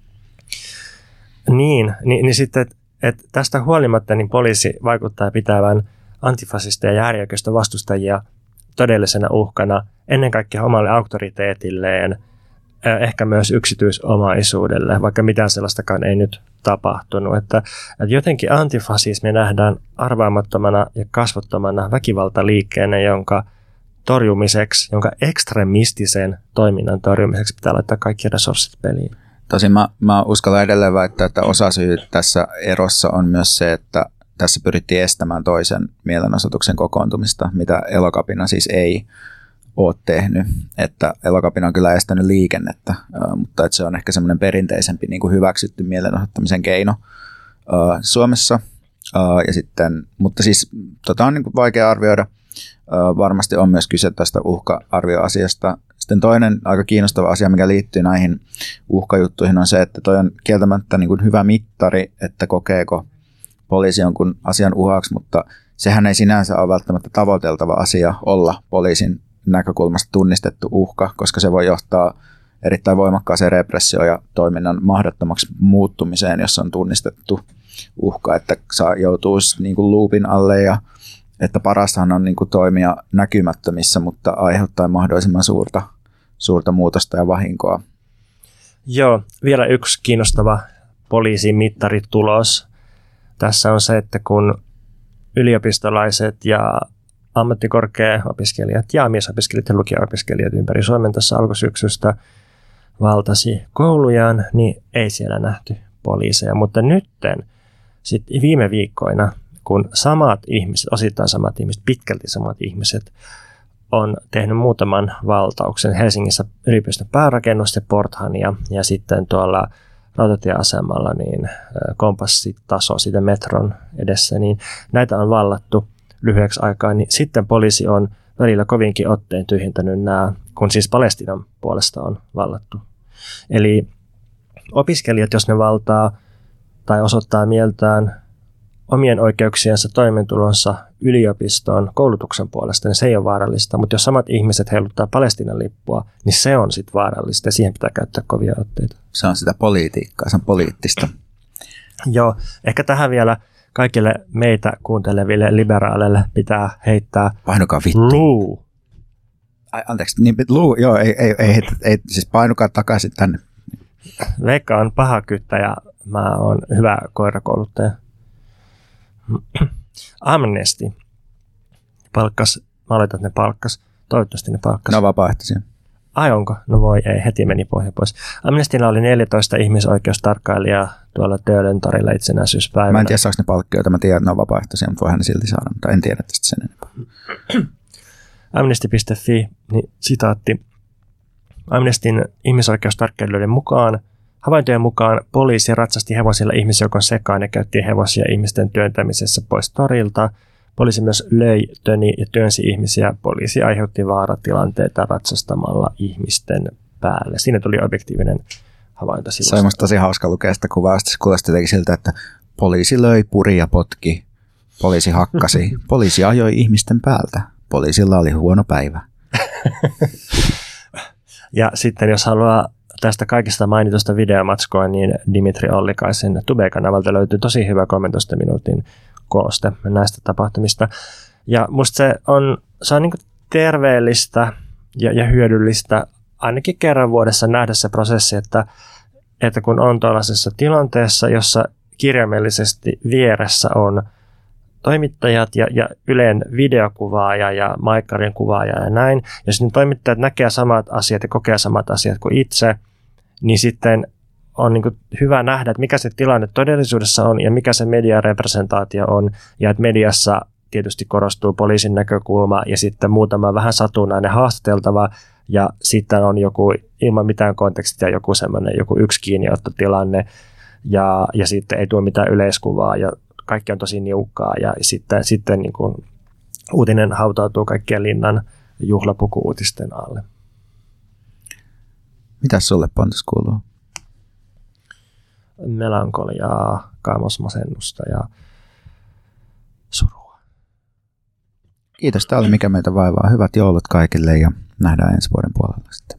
[SPEAKER 2] Niin sitten, että tästä huolimatta niin poliisi vaikuttaa pitävän antifasisteja ja äärioikeiston vastustajia todellisena uhkana ennen kaikkea omalle auktoriteetilleen, ehkä myös yksityisomaisuudelle, vaikka mitään sellaistakaan ei nyt tapahtunut. Että jotenkin antifasismi nähdään arvaamattomana ja kasvottomana väkivaltaliikkeenä, jonka torjumiseksi, jonka ekstremistisen toiminnan torjumiseksi pitää laittaa kaikki resurssit peliin.
[SPEAKER 3] Tosin mä uskallan edelleen väittää, että osasyy tässä erossa on myös se, että tässä pyrittiin estämään toisen mielenosoituksen kokoontumista, mitä Elokapina siis ei ole tehnyt. Että Elokapina on kyllä estänyt liikennettä, mutta että se on ehkä semmoinen perinteisempi niin kuin hyväksytty mielenosoittamisen keino Suomessa. Ja sitten, mutta siis on niin kuin vaikea arvioida. Varmasti on myös kyse tästä uhka-arvioasiasta. Sitten toinen aika kiinnostava asia, mikä liittyy näihin uhkajuttuihin, on se, että toi on kieltämättä niin kuin hyvä mittari, että kokeeko poliisi jonkun asian uhaksi, mutta sehän ei sinänsä ole välttämättä tavoiteltava asia olla poliisin näkökulmasta tunnistettu uhka, koska se voi johtaa erittäin voimakkaaseen repressioon ja toiminnan mahdottomaksi muuttumiseen, jos on tunnistettu uhka, että joutuu niin kuin loopin alle ja että parastahan on niin kuin toimia näkymättömissä, mutta aiheuttaa mahdollisimman suurta muutosta ja vahinkoa.
[SPEAKER 2] Joo, vielä yksi kiinnostava poliisin mittaritulos. Tässä on se, että kun yliopistolaiset ja ammattikorkea-opiskelijat ja miesopiskelijat ja lukio-opiskelijat ympäri Suomen tässä alkusyksystä valtasi koulujaan, niin ei siellä nähty poliiseja. Mutta nytten, sitten viime viikkoina, kun samat ihmiset, osittain samat ihmiset, pitkälti samat ihmiset, on tehnyt muutaman valtauksen Helsingissä yliopiston päärakennusten Porthania ja sitten tuolla rautatieasemalla niin kompassitaso siitä metron edessä, niin näitä on vallattu lyhyeksi aikaa, niin sitten poliisi on välillä kovinkin otteen tyhjentänyt nämä, kun siis Palestiinan puolesta on vallattu. Eli opiskelijat, jos ne valtaa tai osoittaa mieltään omien oikeuksiensa toimeentulonsa yliopiston koulutuksen puolesta, niin se ei ole vaarallista. Mutta jos samat ihmiset heiluttaa Palestiinan lippua, niin se on sitten vaarallista ja siihen pitää käyttää kovia otteita.
[SPEAKER 3] Se on sitä politiikkaa, se on poliittista.
[SPEAKER 2] Joo, ehkä tähän vielä kaikille meitä kuunteleville liberaaleille pitää heittää
[SPEAKER 3] painukaa vittu.
[SPEAKER 2] luu.
[SPEAKER 3] Anteeksi, niin luu, joo, ei siis painukaa takaisin tänne.
[SPEAKER 2] Veikka on paha kyttä ja mä oon hyvä koirakouluttaja. Amnesty palkkas, mä oletan, että ne palkkas. Toivottavasti ne palkkas.
[SPEAKER 3] Ne on vapaaehtoisia.
[SPEAKER 2] Ai onko? No voi ei, heti meni pohja pois. Amnestyllä oli 14 ihmisoikeustarkkailijaa tuolla Töölön torilla itsenäisyyspäivänä.
[SPEAKER 3] Mä en tiedä, saako ne palkkioita. Mä tiedän, että ne on vapaaehtoisia, mutta voihan ne silti saada. Mutta en tiedä tästä sen enempää.
[SPEAKER 2] Amnesty.fi, niin sitaatti. Amnestyn ihmisoikeustarkkailijoiden mukaan havaintojen mukaan poliisi ratsasti hevosilla ihmisjoukon sekaan ja käytti hevosia ihmisten työntämisessä pois torilta. Poliisi myös löi, töni ja työnsi ihmisiä. Poliisi aiheutti vaaratilanteita ratsastamalla ihmisten päälle. Siinä tuli objektiivinen havainto sivusta.
[SPEAKER 3] Se on tosi hauska lukea sitä kuvaa. Se kuulosti jotenkin siltä, että poliisi löi, puri ja potki. Poliisi hakkasi. Poliisi ajoi ihmisten päältä. Poliisilla oli huono päivä.
[SPEAKER 2] Ja sitten jos haluaa tästä kaikista mainitusta videomatskoa, niin Dimitri Ollikaisen Tube-kanavalta löytyy tosi hyvä 13 minuutin kooste näistä tapahtumista. Ja musta se on niin kuin terveellistä ja hyödyllistä ainakin kerran vuodessa nähdä se prosessi, että kun on tuollaisessa tilanteessa, jossa kirjaimellisesti vieressä on toimittajat ja Ylen videokuvaaja ja Maikkarin kuvaaja ja näin. Jos ne toimittajat näkee samat asiat ja kokee samat asiat kuin itse, niin sitten on niin kuin hyvä nähdä, että mikä se tilanne todellisuudessa on ja mikä se mediarepresentaatio on. Ja että mediassa tietysti korostuu poliisin näkökulma ja sitten muutama vähän satunnainen haastateltava ja sitten on joku ilman mitään kontekstia joku yksi kiinniottotilanne ja sitten ei tuo mitään yleiskuvaa ja kaikki on tosi niukkaa ja sitten niin kuin uutinen hautautuu kaikkien linnan juhlapuku-uutisten alle.
[SPEAKER 3] Mitäs sulle, Pontus, kuuluu?
[SPEAKER 2] Melankoliaa, kaamosmasennusta ja surua.
[SPEAKER 3] Kiitos, tämä oli Mikä meitä vaivaa. Hyvät joulut kaikille ja nähdään ensi vuoden puolella sitten.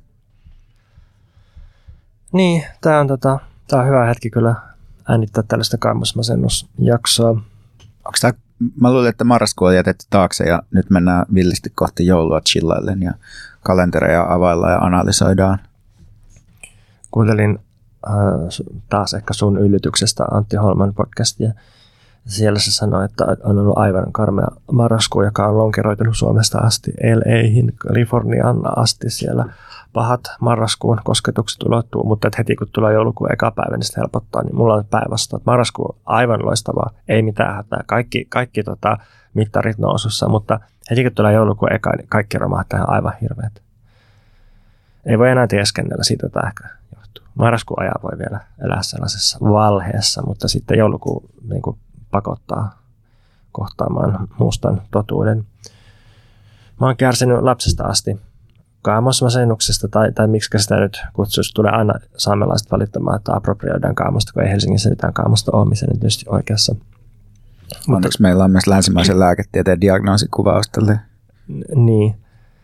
[SPEAKER 2] Niin, tämä on hyvä hetki kyllä äänittää tällaista kaamosmasennusjaksoa.
[SPEAKER 3] Mä luulen, että marraskuu on jätetty taakse ja nyt mennään villisti kohti joulua chillaillen ja kalentereja availlaan ja analysoidaan.
[SPEAKER 2] Kuuntelin taas ehkä sun yllytyksestä Antti Holman podcastia. Siellä se sanoi, että on ollut aivan karmea marraskuu, joka on lonkeroitunut Suomesta asti LA:hin, Kaliforniaan asti siellä. Pahat marraskuun kosketukset ulottuu, mutta heti kun tulee joulukuun eka päivä, niin se helpottaa, niin mulla on päinvastoin. Marraskuu on aivan loistavaa, ei mitään hätää, kaikki mittarit nousussa, mutta heti kun tulee joulukuun eka, niin kaikki romahtaa aivan hirveät. Ei voi enää teeskennellä, siitä tämä ehkä johtuu. Marraskuun ajan voi vielä elää sellaisessa valheessa, mutta sitten joulukuu niin kuin pakottaa kohtaamaan mustan totuuden. Mä oon kärsinyt lapsesta asti kaamosmasennuksesta, tai miksi sitä nyt kutsuisi, tulee aina saamelaiset valittamaan, että approprioidaan kaamosta, kun ei Helsingissä mitään kaamosta ole, missä nyt tietysti oikeassa.
[SPEAKER 3] Onneksi meillä on myös länsimaisen lääketieteen diagnoosikuvaus tälle.
[SPEAKER 2] Niin.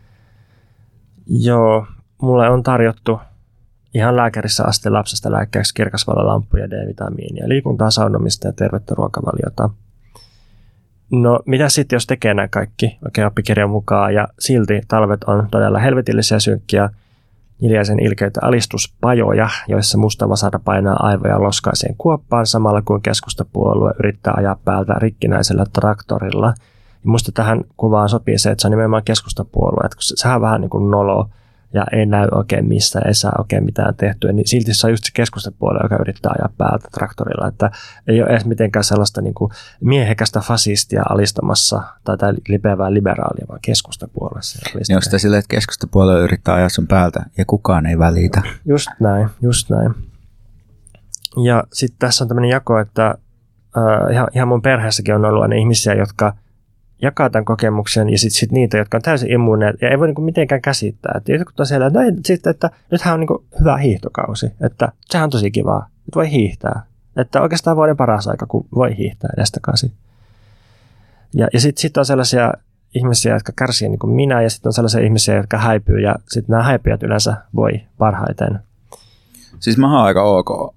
[SPEAKER 2] Joo, mulle on tarjottu ihan lääkärissä asti lapsesta lääkkeeksi kirkasvalolampuja, D-vitamiinia, liikuntaa, saunomista ja tervettä ruokavaliota. No, mitä sitten, jos tekee nämä kaikki oikein oppikirjan mukaan ja silti talvet on todella helvetillisiä synkkiä, hiljaisen ilkeitä alistuspajoja, joissa musta vasara painaa aivoja loskaiseen kuoppaan samalla kuin keskustapuolue yrittää ajaa päältä rikkinäisellä traktorilla. Ja musta tähän kuvaan sopii se, että se on nimenomaan keskustapuolue, että kun sehän on vähän niin kuin nolo ja ei näy oikein missään, ei saa oikein mitään tehtyä, niin silti se on just se keskustapuolue, joka yrittää ajaa päältä traktorilla, että ei ole edes mitenkään sellaista niin kuin miehekästä fasistia alistamassa tai lipeävää liberaalia, vaan keskustapuolueessa.
[SPEAKER 3] Niin onko sitä silleen, että keskustapuolue yrittää ajaa sun päältä ja kukaan ei välitä?
[SPEAKER 2] Just näin. Ja sitten tässä on tämmöinen jako, että ihan mun perheessäkin on ollut aina ihmisiä, jotka jakaa tämän kokemuksen ja sitten niitä, jotka on täysin immuuneja ja ei voi niinku mitenkään käsittää. Että jotkut on siellä, että nythän on niinku hyvä hiihtokausi, että sehän on tosi kivaa, että voi hiihtää. Että oikeastaan vuoden paras aika, kun voi hiihtää edestakaisin. Ja sitten on sellaisia ihmisiä, jotka kärsii niin kuin minä ja sitten on sellaisia ihmisiä, jotka häipyy ja sitten nämä häipyjät yleensä voi parhaiten.
[SPEAKER 3] Siis mä oon aika ok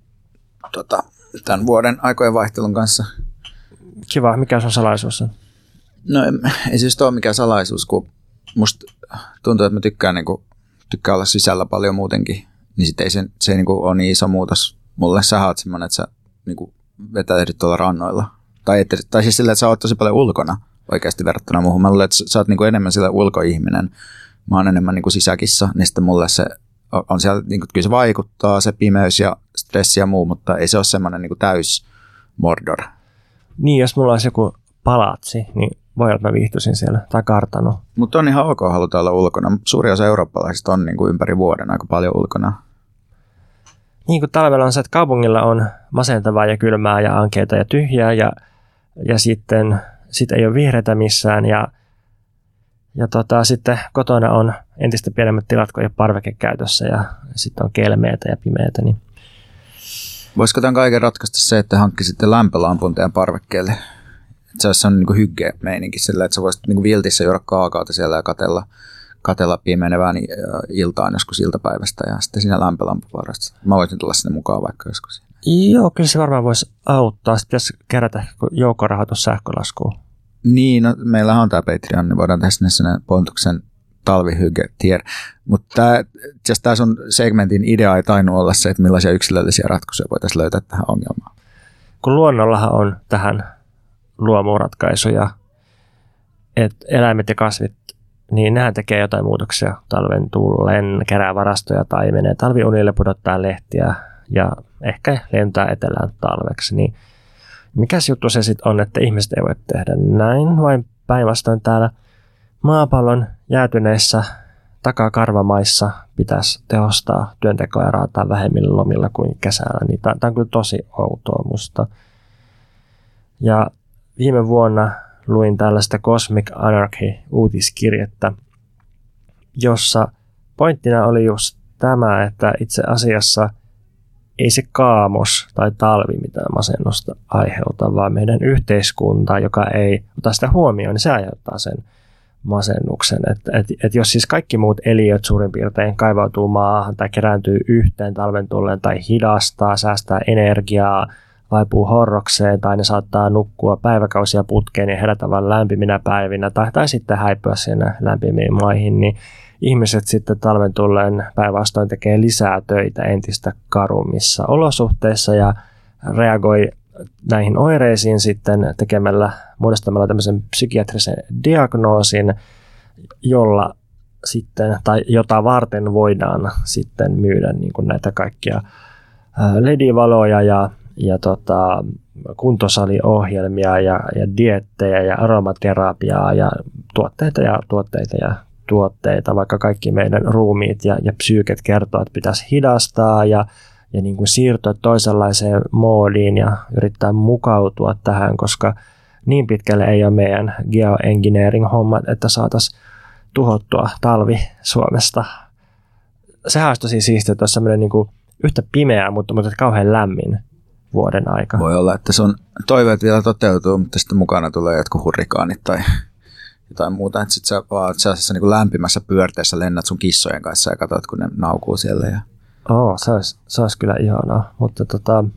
[SPEAKER 3] tämän vuoden aikojen vaihtelun kanssa.
[SPEAKER 2] Kiva, mikä sun salaisuus on?
[SPEAKER 3] No ei siis ole mikään salaisuus, kun musta tuntuu, että mä tykkään olla sisällä paljon muutenkin, niin sit se ei ole niin iso muutos mulle. Sä oot semmoinen, että sä vetäydyt tuolla rannoilla. Tai siis sillä, että sä oot tosi paljon ulkona oikeasti verrattuna muuhun. Mä luulen, että sä oot enemmän sillä ulkoihminen. Mä oon enemmän sisäkissä, niin sitten mulle se on siellä, kyllä se vaikuttaa, se pimeys ja stressi ja muu, mutta ei se ole semmoinen täys Mordor.
[SPEAKER 2] Niin, jos mulla olisi joku palatsi, niin voi olla, että mä viihtyisin siellä, tai kartano.
[SPEAKER 3] Mutta on ihan ok haluta olla ulkona. Suuri osa eurooppalaisista on ympäri vuoden aika paljon ulkona.
[SPEAKER 2] Niin kuin talvella on se, että kaupungilla on masentavaa ja kylmää ja ankeita ja tyhjää, ja sitten ei ole vihreitä missään, ja sitten kotona on entistä pienemmät tilat, kun ei ole parvekekäytössä, ja sitten on kelmeitä ja pimeitä. Niin.
[SPEAKER 3] Voisiko tämän kaiken ratkaista se, että hankkisitte lämpölampun teidän parvekkeelle? Se olisi sellainen hygge-meininki sillä, että sä voisit viltissä juoda kaakaota siellä ja katella pimenevään iltaan joskus iltapäivästä ja sitten siinä lämpölampuvarassa. Mä voisin tulla sinne mukaan vaikka joskus.
[SPEAKER 2] Joo, kyllä se varmaan voisi auttaa. Sitten pitäisi kerätä joukkorahoitus sähkölaskuun.
[SPEAKER 3] Niin, no meillähän on tämä Patreon, niin voidaan tehdä sinne Pontuksen talvihygge-tier. Mutta tämä sun segmentin idea ei tainnut olla se, että millaisia yksilöllisiä ratkaisuja voitaisiin löytää tähän ongelmaan.
[SPEAKER 2] Kun luonnollahan on tähän luomuratkaisuja, että eläimet ja kasvit, niin nehän tekee jotain muutoksia talven tullen, kerää varastoja tai menee talviunille, pudottaa lehtiä ja ehkä lentää etelään talveksi. Niin mikäs juttu se sitten on, että ihmiset ei voi tehdä näin, vain päinvastoin täällä maapallon jäätyneissä takakarvamaissa pitäisi tehostaa työntekoa ja raataa vähemmillä lomilla kuin kesällä. Niin tämä on kyllä tosi outoa musta. Ja viime vuonna luin tällaista Cosmic Anarchy-uutiskirjettä, jossa pointtina oli just tämä, että itse asiassa ei se kaamos tai talvi mitään masennusta aiheuta, vaan meidän yhteiskunta, joka ei ota sitä huomioon, niin se aiheuttaa sen masennuksen. Et jos siis kaikki muut eliöt suurin piirtein kaivautuu maahan tai kerääntyy yhteen talven tullen tai hidastaa, säästää energiaa, vaipuu horrokseen tai ne saattaa nukkua päiväkausia putkeen ja herätä vain lämpiminä päivinä tai sitten häipyä siinä lämpimiin maihin, niin ihmiset sitten talven tulleen päinvastoin tekee lisää töitä entistä karummissa olosuhteissa ja reagoi näihin oireisiin sitten muodostamalla tämmöisen psykiatrisen diagnoosin, jolla sitten, tai jota varten voidaan sitten myydä niin kuin näitä kaikkia LED-valoja ja kuntosaliohjelmia ja dieettejä ja aromaterapiaa ja tuotteita, vaikka kaikki meidän ruumiit ja psyyket kertoo, että pitäisi hidastaa ja niin kuin siirtyä toisenlaiseen moodiin ja yrittää mukautua tähän, koska niin pitkälle ei ole meidän geoengineering-hommat, että saataisiin tuhottua talvi Suomesta. Sehän olisi tosi siistiä, että olisi sellainen niin kuin yhtä pimeää, mutta kauhean lämmin vuoden aika.
[SPEAKER 3] Voi olla, että sun toiveet vielä toteutuu, mutta sitten mukana tulee jotkut hurrikaanit tai jotain muuta. Että sit sä vaan sellaisessa niin kuin lämpimässä pyörteessä lennät sun kissojen kanssa ja katsot, kun ne naukuu siellä. Ja
[SPEAKER 2] se olisi kyllä ihanaa, mutta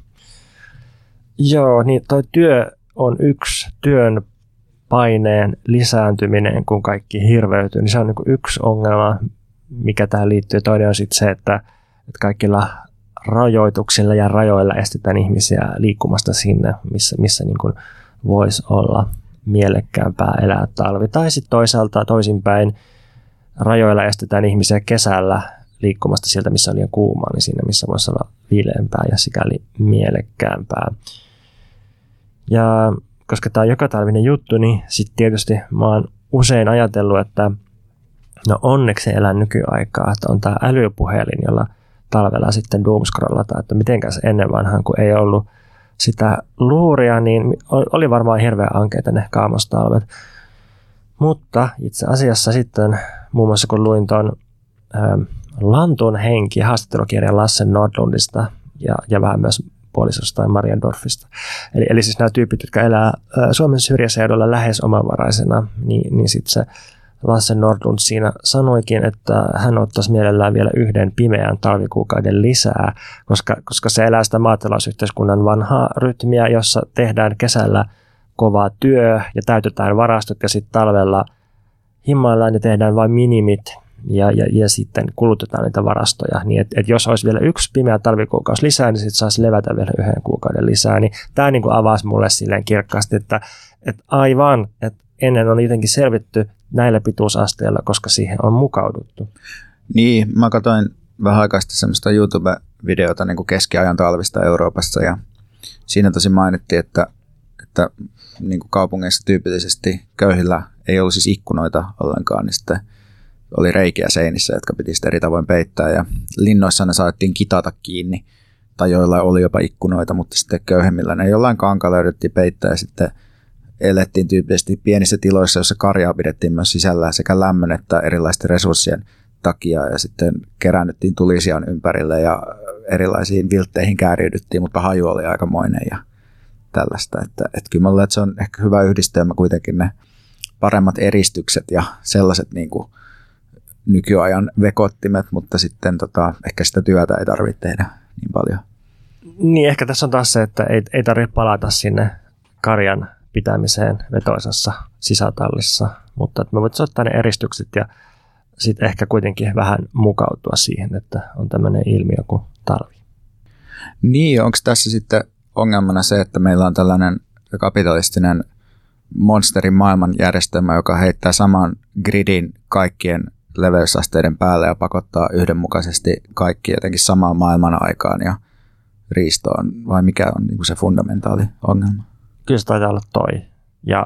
[SPEAKER 2] joo, niin toi työ on yksi työn paineen lisääntyminen, kun kaikki hirveytyy, niin se on niin kuin yksi ongelma, mikä tähän liittyy. Toinen on sitten se, että kaikilla rajoituksilla ja rajoilla estetään ihmisiä liikkumasta sinne, missä niin kuin voisi olla mielekkäämpää elää talvi. Tai sitten toisaalta toisinpäin rajoilla estetään ihmisiä kesällä liikkumasta sieltä, missä on liian kuumaa, niin sinne, missä voisi olla viileämpää ja sikäli mielekkäämpää. Ja koska tämä on jokatalvinen juttu, niin sitten tietysti mä oon usein ajatellut, että no onneksi elän nykyaikaa, että on tämä älypuhelin, jolla talvella sitten doomscrollataan, että mitenkäs ennen vanhaan, kun ei ollut sitä luuria, niin oli varmaan hirveän ankeita ne kaamostalvet. Mutta itse asiassa sitten, muun muassa kun luin tuon Lantun henki haastattelukirjan Lasse Nordlundista ja vähän myös puolisostaan Maria Dorfista. Eli siis nämä tyypit, jotka elää Suomen syrjäseudulla lähes omavaraisena, niin sitten se Lasse Nordlund siinä sanoikin, että hän ottaisi mielellään vielä yhden pimeän talvikuukauden lisää, koska se elää sitä maatalousyhteiskunnan vanhaa rytmiä, jossa tehdään kesällä kova työ ja täytetään varastot ja sitten talvella himmaillaan ja tehdään vain minimit ja sitten kulutetaan niitä varastoja. Niin et jos olisi vielä yksi pimeä talvikuukausi lisää, niin sitten saisi levätä vielä yhden kuukauden lisää. Niin tämä niin kuin avasi mulle silleen kirkkaasti, että aivan, että ennen on jotenkin selvitty näillä pituusasteilla, koska siihen on mukauduttu.
[SPEAKER 3] Niin, mä katsoin vähän aikaa sitten semmoista YouTube-videota niin kuin keskiajan talvista Euroopassa ja siinä tosi mainittiin, että niin kuin kaupungeissa tyypillisesti köyhillä ei ollut siis ikkunoita ollenkaan, niin sitten oli reikiä seinissä, jotka piti sitten eri tavoin peittää ja linnoissa ne saatettiin kitata kiinni tai joilla oli jopa ikkunoita, mutta sitten köyhemmillä ne jollain kankalla löydettiin peittää ja sitten elettiin tyypillisesti pienissä tiloissa, joissa karjaa pidettiin myös sisällä sekä lämmön että erilaisten resurssien takia ja sitten keräännyttiin tulisian ympärille ja erilaisiin viltteihin kääriydyttiin, mutta haju oli aikamoinen ja tällaista. Että kyllä mä luulen, että se on ehkä hyvä yhdistelmä kuitenkin ne paremmat eristykset ja sellaiset niin kuin nykyajan vekottimet, mutta sitten ehkä sitä työtä ei tarvitse tehdä niin paljon.
[SPEAKER 2] Niin, ehkä tässä on taas se, että ei tarvitse palata sinne karjan pitämiseen vetoisessa sisätallissa, mutta me voitaisiin ottaa ne eristykset ja sitten ehkä kuitenkin vähän mukautua siihen, että on tämmöinen ilmiö kuin talvi.
[SPEAKER 3] Niin, onko tässä sitten ongelmana se, että meillä on tällainen kapitalistinen monsterin maailmanjärjestelmä, joka heittää saman gridin kaikkien leveysasteiden päälle ja pakottaa yhdenmukaisesti kaikki jotenkin samaan maailman aikaan ja riistoon, vai mikä on niin kuin se fundamentaali ongelma?
[SPEAKER 2] Kyllä se taitaa olla toi. Ja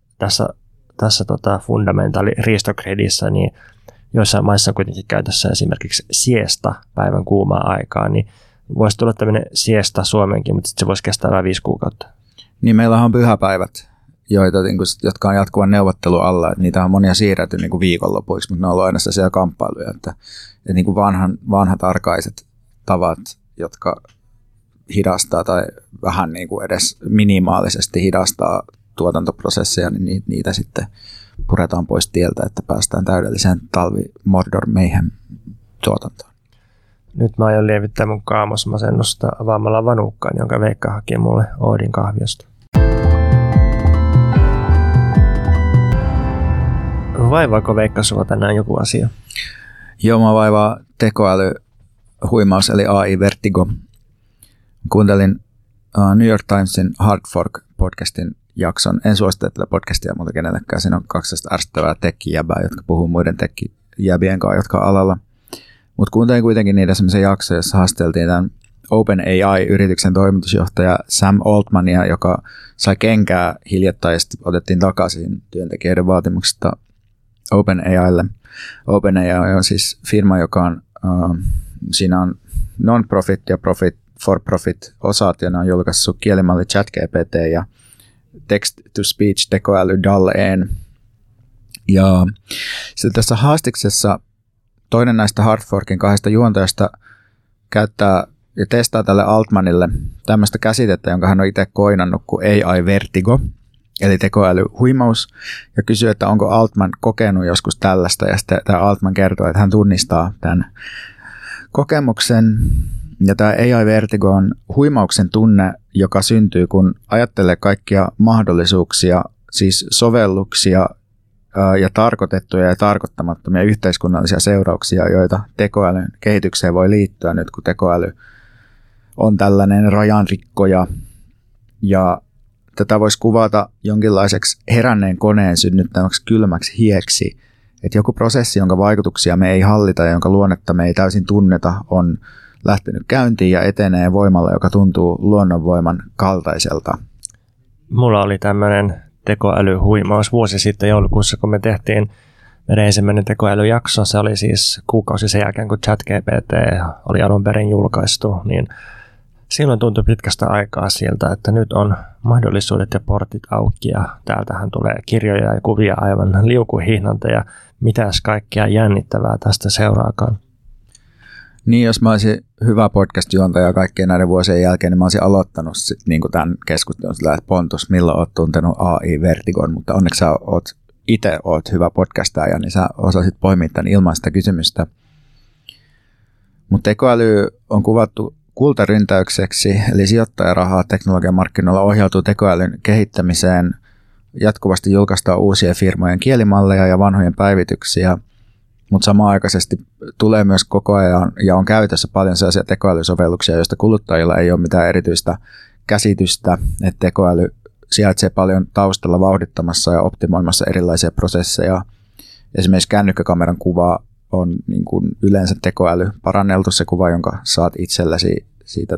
[SPEAKER 2] tässä fundamentaali riistogridissä, niin joissain maissa on kuitenkin käytössä esimerkiksi siesta päivän kuumaa aikaa, niin voisi tulla tämmöinen siesta Suomenkin, mutta sitten se voisi kestää vain 5 kuukautta.
[SPEAKER 3] Niin meillä on pyhäpäivät jotka on jatkuvan neuvottelun alla. Että niitä on monia siirretty niin kuin viikonlopuiksi, mutta ne on ollut aina siellä kamppailuja. Että niin kuin vanhat arkaiset tavat, jotka hidastaa tai vähän niin kuin edes minimaalisesti hidastaa tuotantoprosesseja, niin niitä sitten puretaan pois tieltä, että päästään täydelliseen talvi Mordor Mayhem tuotantoon.
[SPEAKER 2] Nyt mä aion lievittää mun kaamosmasennusta avaamalla vanukkaan, jonka Veikka haki mulle Oodin kahviosta. Vaivaako Veikka sua tänään joku asia?
[SPEAKER 3] Joo, mä vaivaa tekoälyhuimaus eli AI Vertigo. Kuuntelin New York Timesin Hard Fork-podcastin jakson. En suosittele tätä podcastia muuta kenellekään. Siinä on 12 ärsyttävää tech-jäbää, jotka puhuu muiden tech-jäbien kanssa, jotka on alalla. Mutta kuuntelin kuitenkin niitä semmoisia jaksoja, joissa haasteltiin tämän OpenAI-yrityksen toimitusjohtaja Sam Altmania, joka sai kenkää hiljattain ja otettiin takaisin työntekijöiden vaatimuksesta OpenAIlle. OpenAI on siis firma, joka on, siinä on non-profit ja for-profit osat, ja ne on julkaissut kielimalli ChatGPT ja text-to-speech tekoäly DALL-en. Ja sitten tässä haastiksessa toinen näistä Hardforkin 2 juontajasta käyttää ja testaa tälle Altmanille tämmöistä käsitettä, jonka hän on itse koinannut kuin AI Vertigo, eli tekoälyhuimous, ja kysyy, että onko Altman kokenut joskus tällaista, ja sitten tämä Altman kertoo, että hän tunnistaa tämän kokemuksen, ja tämä AI Vertigo on huimauksen tunne, joka syntyy, kun ajattelee kaikkia mahdollisuuksia, siis sovelluksia ja tarkoitettuja ja tarkoittamattomia yhteiskunnallisia seurauksia, joita tekoälyn kehitykseen voi liittyä nyt, kun tekoäly on tällainen rajanrikkoja. Ja tätä voisi kuvata jonkinlaiseksi heränneen koneen synnyttämäksi kylmäksi hieksi, että joku prosessi, jonka vaikutuksia me ei hallita ja jonka luonnetta me ei täysin tunneta, on lähtenyt käyntiin ja etenee voimalla, joka tuntuu luonnonvoiman kaltaiselta.
[SPEAKER 2] Mulla oli tämmöinen tekoälyhuimaus vuosi sitten joulukuussa, kun me tehtiin meidän ensimmäinen tekoälyjakso. Se oli siis kuukausi sen jälkeen, kun ChatGPT oli alun perin julkaistu, niin silloin tuntui pitkästä aikaa siltä, että nyt on mahdollisuudet ja portit auki ja täältähän tulee kirjoja ja kuvia aivan liukuhihnalta ja mitäs kaikkea jännittävää tästä seuraakaan.
[SPEAKER 3] Niin, jos mä olisin hyvä podcast-juontaja kaikkien näiden vuosien jälkeen, niin mä olisin aloittanut niin tämän keskustelun sillä, että Pontus, milloin oot tuntenut AI Vertigon, mutta onneksi sä itse oot hyvä podcastaja, niin sä osasit poimia tämän ilman sitä kysymystä. Mutta tekoäly on kuvattu kultaryntäykseksi, eli sijoittajarahaa teknologian markkinoilla ohjautuu tekoälyn kehittämiseen. Jatkuvasti julkaistaan uusia firmojen kielimalleja ja vanhojen päivityksiä, mutta samanaikaisesti tulee myös koko ajan ja on käytössä paljon sellaisia tekoälysovelluksia, joista kuluttajilla ei ole mitään erityistä käsitystä, että tekoäly sijaitsee paljon taustalla vauhdittamassa ja optimoimassa erilaisia prosesseja. Esimerkiksi kännykkäkameran kuva on niin kuin yleensä tekoäly paranneltu se kuva, jonka saat itsellesi siitä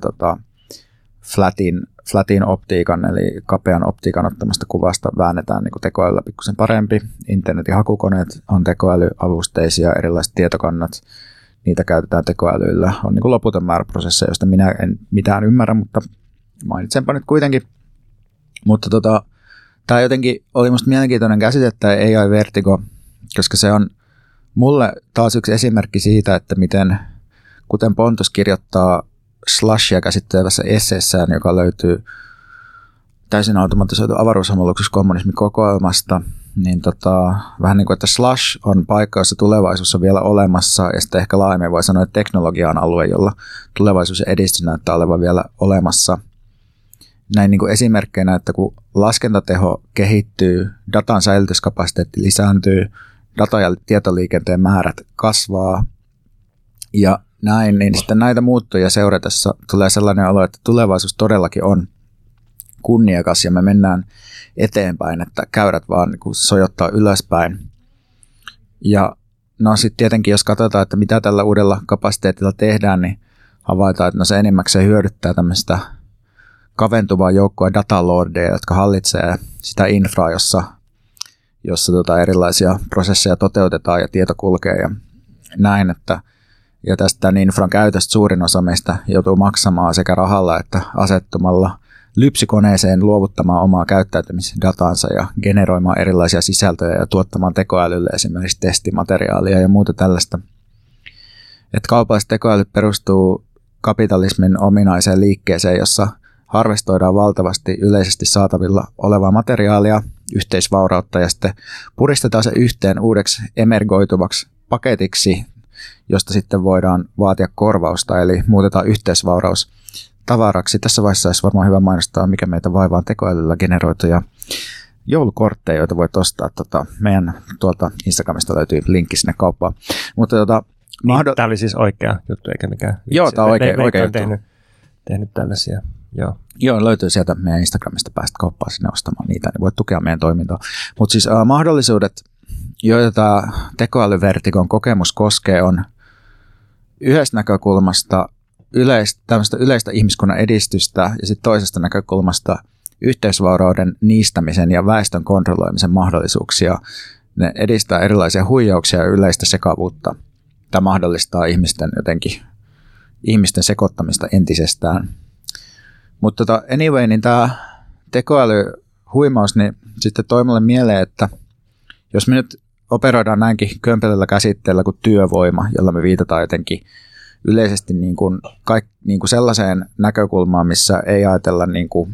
[SPEAKER 3] flatin optiikan, eli kapean optiikan ottamasta kuvasta väännetään niin kuin tekoälyllä pikkusen parempi. Internetin hakukoneet on tekoälyavusteisia, erilaiset tietokannat, niitä käytetään tekoälyllä. On niin kuin loputon määrä prosesseja, joista minä en mitään ymmärrä, mutta mainitsenpa nyt kuitenkin. Mutta tämä jotenkin oli musta mielenkiintoinen käsite, tämä AI Vertigo, koska se on mulle taas yksi esimerkki siitä, että miten, kuten Pontus kirjoittaa Slushia käsittelevässä esseessään, joka löytyy täysin automatisoitu avaruushammaluksessa kommunismikokoelmasta, niin vähän niin kuin, että Slush on paikka, jossa tulevaisuus on vielä olemassa, ja sitten ehkä laajemmin voi sanoa, että teknologia on alue, jolla tulevaisuus ja edistys näyttää olevan vielä olemassa. Näin niin kuin esimerkkeinä, että kun laskentateho kehittyy, datan säilytyskapasiteetti lisääntyy, data- ja tietoliikenteen määrät kasvaa, ja näin, niin sitten näitä muuttuja seuratessa tulee sellainen olo, että tulevaisuus todellakin on kunniakas ja me mennään eteenpäin, että käyrät vaan niin kuin sojottaa ylöspäin. Ja no sitten tietenkin, jos katsotaan, että mitä tällä uudella kapasiteetilla tehdään, niin havaitaan, että no se enimmäkseen hyödyttää tämmöistä kaventuvaa joukkoa datalordeja, jotka hallitsee sitä infraa, jossa erilaisia prosesseja toteutetaan ja tieto kulkee ja näin, että ja tästä infran käytöstä suurin osa meistä joutuu maksamaan sekä rahalla että asettumalla lypsykoneeseen luovuttamaan omaa käyttäytymisdatansa ja generoimaan erilaisia sisältöjä ja tuottamaan tekoälylle esimerkiksi testimateriaalia ja muuta tällaista. Että kaupalliset tekoälyt perustuu kapitalismin ominaiseen liikkeeseen, jossa harvestoidaan valtavasti yleisesti saatavilla olevaa materiaalia, yhteisvaurautta ja sitten puristetaan se yhteen uudeksi emergoituvaksi paketiksi, josta sitten voidaan vaatia korvausta, eli muutetaan yhteisvauraus tavaraksi. Tässä vaiheessa olisi varmaan hyvä mainostaa, mikä meitä vaivaa tekoälyllä generoituja joulukortteja, joita voit ostaa. Meidän tuolta Instagramista löytyy linkki sinne kauppaan. Mutta
[SPEAKER 2] tämä oli siis oikea juttu, eikä mikään vitsi.
[SPEAKER 3] Joo, tämä on oikea juttu.
[SPEAKER 2] Tehnyt tällaisia, joo.
[SPEAKER 3] Joo, löytyy sieltä meidän Instagramista, päästä kauppaan sinne ostamaan niitä, niin voit tukea meidän toimintaa. Mutta siis mahdollisuudet, joita tämä tekoälyvertikon kokemus koskee, on yhdestä näkökulmasta yleistä ihmiskunnan edistystä ja sitten toisesta näkökulmasta yhteisvaurauden niistämisen ja väestön kontrolloimisen mahdollisuuksia. Ne edistää erilaisia huijauksia ja yleistä sekavuutta. Tämä mahdollistaa ihmisten sekoittamista entisestään. Mutta anyway, niin tämä tekoälyhuimaus niin sitten toi mulle mieleen, että jos me nyt operoidaan näinkin kömpelöllä käsitteellä kuin työvoima, jolla me viitataan jotenkin yleisesti niin kuin sellaiseen näkökulmaan, missä ei ajatella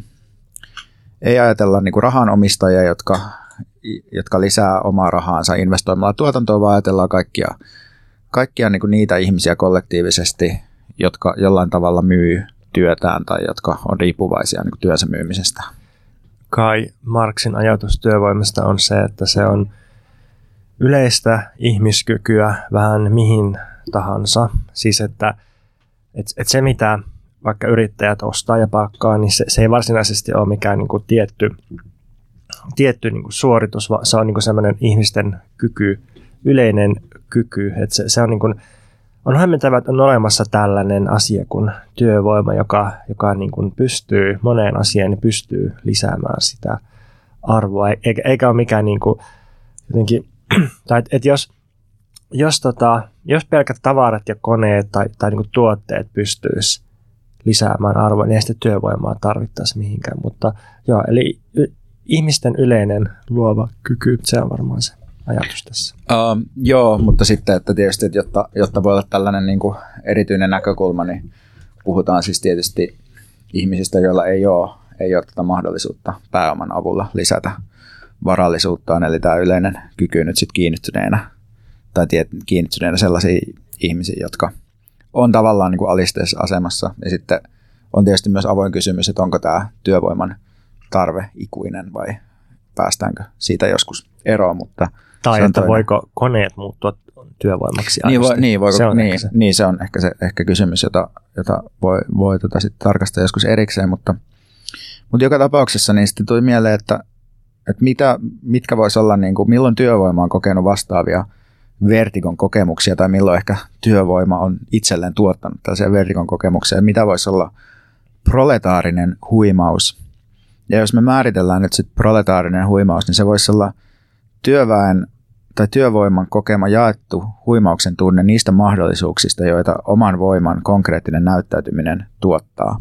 [SPEAKER 3] rahanomistajia, jotka lisää omaa rahaansa investoimalla tuotantoon, vaan ajatellaan kaikkia niin kuin niitä ihmisiä kollektiivisesti, jotka jollain tavalla myy työtään tai jotka on riippuvaisia niin kuin työnsä myymisestä.
[SPEAKER 2] Kai Marxin ajatus työvoimasta on se, että se on yleistä ihmiskykyä vähän mihin tahansa. Siis että se, mitä vaikka yrittäjät ostaa ja palkkaa, niin se ei varsinaisesti ole mikään niin kuin tietty niin kuin suoritus, vaan se on niin kuin sellainen ihmisten kyky, yleinen kyky. Että se on, niin kuin, on hämmentävää, että on olemassa tällainen asia kuin työvoima, joka niin kuin pystyy moneen asiaan niin pystyy lisäämään sitä arvoa, eikä ole mikään niin kuin, jotenkin, tai että jos pelkät tavarat ja koneet tai niin kuin tuotteet pystyisi lisäämään arvoa, niin ei sitä työvoimaa tarvittaisi mihinkään. Mutta joo, eli ihmisten yleinen luova kyky, se on varmaan se ajatus tässä.
[SPEAKER 3] Joo, mutta sitten, että tietysti, että jotta voi olla tällainen niin kuin erityinen näkökulma, niin puhutaan siis tietysti ihmisistä, joilla ei ole tätä mahdollisuutta pääoman avulla lisätä varallisuuttaan, eli tämä yleinen kyky nyt sitten kiinnittyneenä sellaisiin ihmisiin, jotka on tavallaan niin kuin alisteisessa asemassa. Ja sitten on tietysti myös avoin kysymys, että onko tämä työvoiman tarve ikuinen vai päästäänkö siitä joskus eroon. Mutta
[SPEAKER 2] tai että voiko koneet muuttua työvoimaksi?
[SPEAKER 3] Se on ehkä kysymys, jota voi sitten tarkastaa joskus erikseen, mutta joka tapauksessa niin sitten tuli mieleen, että mitkä voisi olla, niin kuin, milloin työvoima on kokenut vastaavia vertikon kokemuksia tai milloin ehkä työvoima on itselleen tuottanut tällaisia vertikon kokemuksia, mitä voisi olla proletaarinen huimaus. Ja jos me määritellään nyt sitten proletaarinen huimaus, niin se voisi olla työväen tai työvoiman kokema jaettu huimauksen tunne niistä mahdollisuuksista, joita oman voiman konkreettinen näyttäytyminen tuottaa.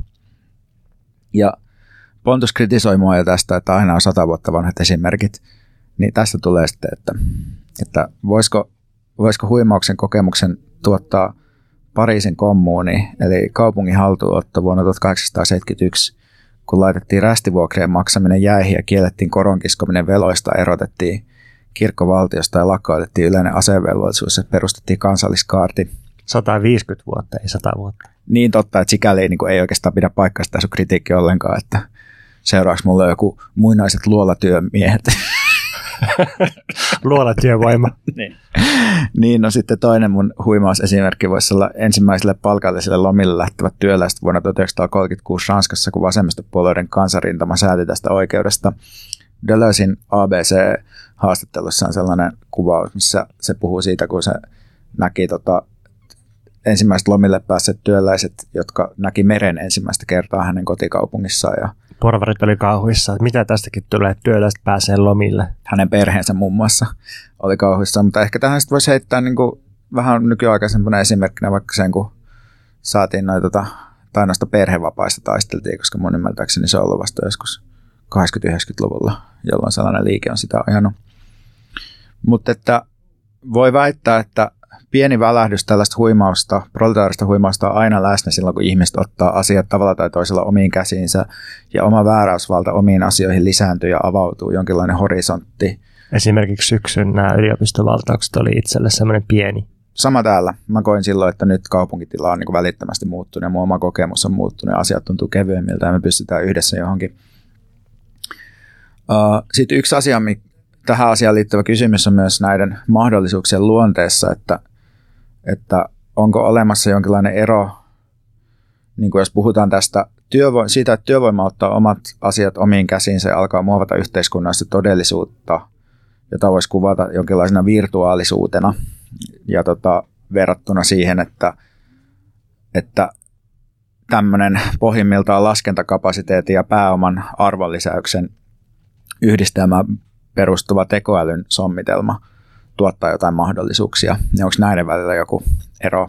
[SPEAKER 3] Ja Pontus kritisoi mua jo tästä, että aina on 100 vuotta vanhat esimerkit, niin tästä tulee sitten, että voisiko huimauksen kokemuksen tuottaa Pariisin kommuuni, eli kaupungin haltuunotto vuonna 1871, kun laitettiin rästivuokrien maksaminen jäihin ja kiellettiin koronkiskominen veloista, erotettiin kirkkovaltiosta ja lakkautettiin yleinen asevelvollisuus ja perustettiin kansalliskaarti.
[SPEAKER 2] 150 vuotta, ei 100 vuotta.
[SPEAKER 3] Niin totta, että sikäli niin ei oikeastaan pidä paikkaa sitä sun kritiikki ollenkaan, että seuraavaksi mulla on joku muinaiset luolatyömiehet.
[SPEAKER 2] Luolatyövoima.
[SPEAKER 3] Niin, no sitten toinen mun huimausesimerkki voisi olla ensimmäiselle palkalliselle lomille lähtevät työläiset vuonna 1936 Ranskassa, kun vasemmistopuolueiden kansanrintama sääti tästä oikeudesta. Deleuzein ABC-haastattelussa on sellainen kuvaus, missä se puhuu siitä, kun se näki ensimmäiset lomille päässeet työläiset, jotka näki meren ensimmäistä kertaa hänen kotikaupungissaan. Ja
[SPEAKER 2] porvarit oli kauhuissa, että mitä tästäkin tulee, että työläiset pääsee lomille.
[SPEAKER 3] Hänen perheensä muun muassa oli kauhuissa, mutta ehkä tähän sitten voisi heittää niin kuin vähän nykyaikaisempana esimerkkinä vaikka sen, kun saatiin tai noista perhevapaista taisteltiin, koska mun ymmärtääkseni se on ollut vasta joskus 80-90-luvulla, jolloin sellainen liike on sitä ajanut. Mutta että voi väittää, että pieni välähdys tällaista huimausta, proletaarista huimausta on aina läsnä silloin, kun ihmiset ottaa asiat tavalla tai toisella omiin käsiinsä ja oma vääräysvalta omiin asioihin lisääntyy ja avautuu jonkinlainen horisontti.
[SPEAKER 2] Esimerkiksi syksyn nämä yliopistovaltaukset oli itselle semmoinen pieni.
[SPEAKER 3] Sama täällä. Mä koin silloin, että nyt kaupunkitila on niin kuin välittömästi muuttunut ja mun oma kokemus on muuttunut ja asiat tuntuu kevyemmiltä ja me pystytään yhdessä johonkin. Sitten yksi asia, tähän asiaan liittyvä kysymys on myös näiden mahdollisuuksien luonteessa, että onko olemassa jonkinlainen ero, niin kuin jos puhutaan tästä siitä, että työvoima ottaa omat asiat omiin käsiinsä ja alkaa muovata yhteiskunnallista todellisuutta, jota voisi kuvata jonkinlaisena virtuaalisuutena ja verrattuna siihen, että tämmöinen pohjimmiltaan laskentakapasiteetin ja pääoman arvonlisäyksen yhdistelmä perustuva tekoälyn sommitelma tuottaa jotain mahdollisuuksia. Ja onko näiden välillä joku ero?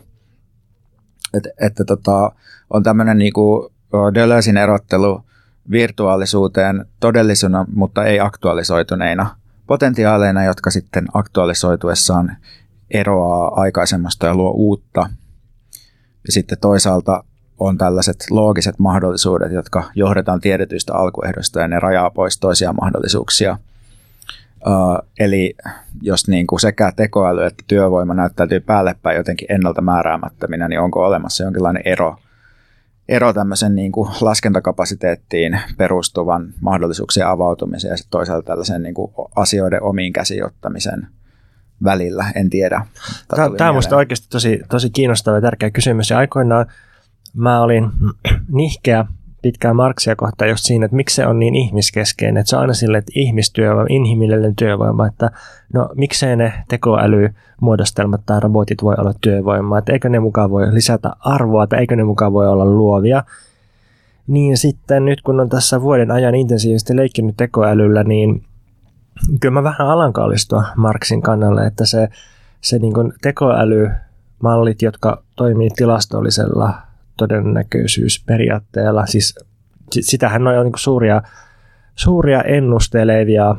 [SPEAKER 3] On tämmöinen niinku Deleuzen erottelu virtuaalisuuteen todellisena, mutta ei aktualisoituneina potentiaaleina, jotka sitten aktualisoituessaan eroaa aikaisemmasta ja luo uutta. Ja sitten toisaalta on tällaiset loogiset mahdollisuudet, jotka johdetaan tiedetyistä alkuehdoista ja ne rajaa pois toisia mahdollisuuksia. Eli jos niin kuin sekä tekoäly että työvoima näyttäytyy päällepäin jotenkin ennalta määräämättöminä, niin onko olemassa jonkinlainen ero tämmöisen niin kuin laskentakapasiteettiin perustuvan mahdollisuuksien avautumisen ja sitten toisaalta tällaisen niin kuin asioiden omiin käsiin ottamisen välillä, en tiedä.
[SPEAKER 2] Tämä on minusta oikeasti tosi kiinnostava ja tärkeä kysymys. Ja aikoinaan mä olin nihkeä pitkään Marxia kohtaan just siinä, että miksi se on niin ihmiskeskeinen. Että se on aina silleen, että ihmistyövoima, inhimillinen työvoima, että no miksei ne tekoälymuodostelmat tai robotit voi olla työvoimaa, että eikö ne mukaan voi lisätä arvoa tai eikö ne mukaan voi olla luovia. Niin sitten nyt kun on tässä vuoden ajan intensiivisesti leikkinyt tekoälyllä, niin kyllä mä vähän alan kallistua Marxin kannalle, että se niin kuin tekoälymallit, jotka toimii tilastollisella todennäköisyysperiaatteella, siis sitähän on niin kuin suuria ennustelevia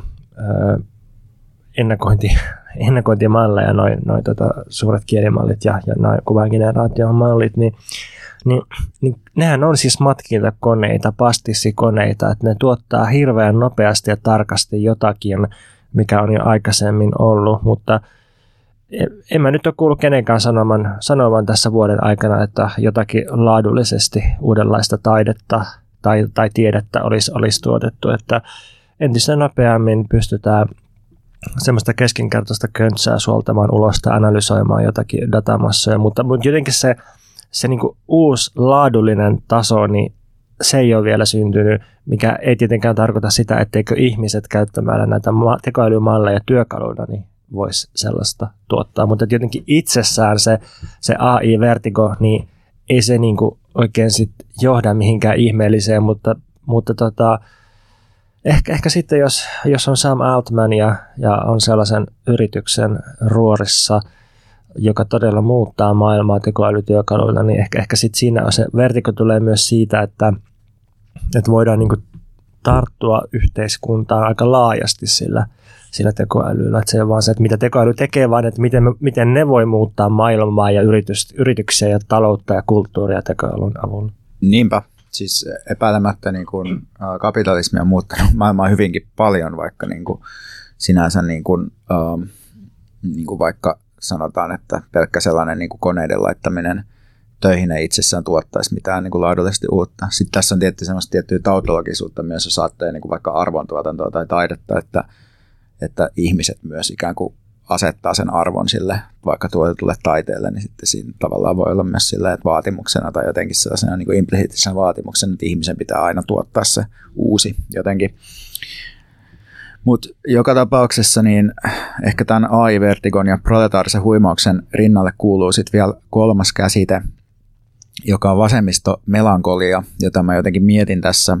[SPEAKER 2] ennakointimalleja, noin suuret kielimallit ja noin kuvageneraation mallit, niin nehän on siis matkintakoneita, pastissikoneita, että ne tuottaa hirveän nopeasti ja tarkasti jotakin, mikä on jo aikaisemmin ollut, mutta en mä nyt ole kuullut kenenkään sanovan tässä vuoden aikana, että jotakin laadullisesti uudenlaista taidetta tai tiedettä olisi tuotettu, että entistä nopeammin pystytään semmoista keskinkertaista köntsää suoltamaan ulos tai analysoimaan jotakin datamassoja, mutta jotenkin se niin kuin uusi laadullinen taso, niin se ei ole vielä syntynyt, mikä ei tietenkään tarkoita sitä, etteikö ihmiset käyttämällä näitä tekoälymalleja työkaluina niin voisi sellaista tuottaa, mutta jotenkin itsessään se AI-vertigo, niin ei se niin kuin oikein sit johda mihinkään ihmeelliseen, mutta ehkä sitten jos on Sam Altman ja on sellaisen yrityksen ruorissa, joka todella muuttaa maailmaa tekoälytyökaluilla, niin ehkä sitten siinä on se vertigo tulee myös siitä, että voidaan niin kuin tarttua yhteiskuntaan aika laajasti sillä tekoälyllä. Että se on vaan se, että mitä tekoäly tekee, vaan että miten ne voi muuttaa maailmaa ja yrityksiä ja taloutta ja kulttuuria tekoälyn avulla.
[SPEAKER 3] Niinpä. Siis epäilemättä niin kuin, kapitalismi on muuttanut maailmaa hyvinkin paljon, vaikka niin kuin, sinänsä niin kuin vaikka sanotaan, että pelkkä sellainen niin kuin koneiden laittaminen töihin ei itsessään tuottaisi mitään niin kuin laadullisesti uutta. Sitten tässä on semmoista tiettyä tautologisuutta myös, jos ajattelee niin kuin vaikka arvontuotantoa tai taidetta, että ihmiset myös ikään kuin asettaa sen arvon sille vaikka tuotetulle taiteelle, niin sitten siinä tavallaan voi olla myös silleen, että vaatimuksena tai jotenkin sellaisena niin kuin implisiittisen vaatimuksen, että ihmisen pitää aina tuottaa se uusi jotenkin. Mutta joka tapauksessa niin ehkä tämän AI-vertigon ja proletaarisen huimauksen rinnalle kuuluu sitten vielä kolmas käsite, joka on vasemmistomelankolia, jota mä jotenkin mietin tässä.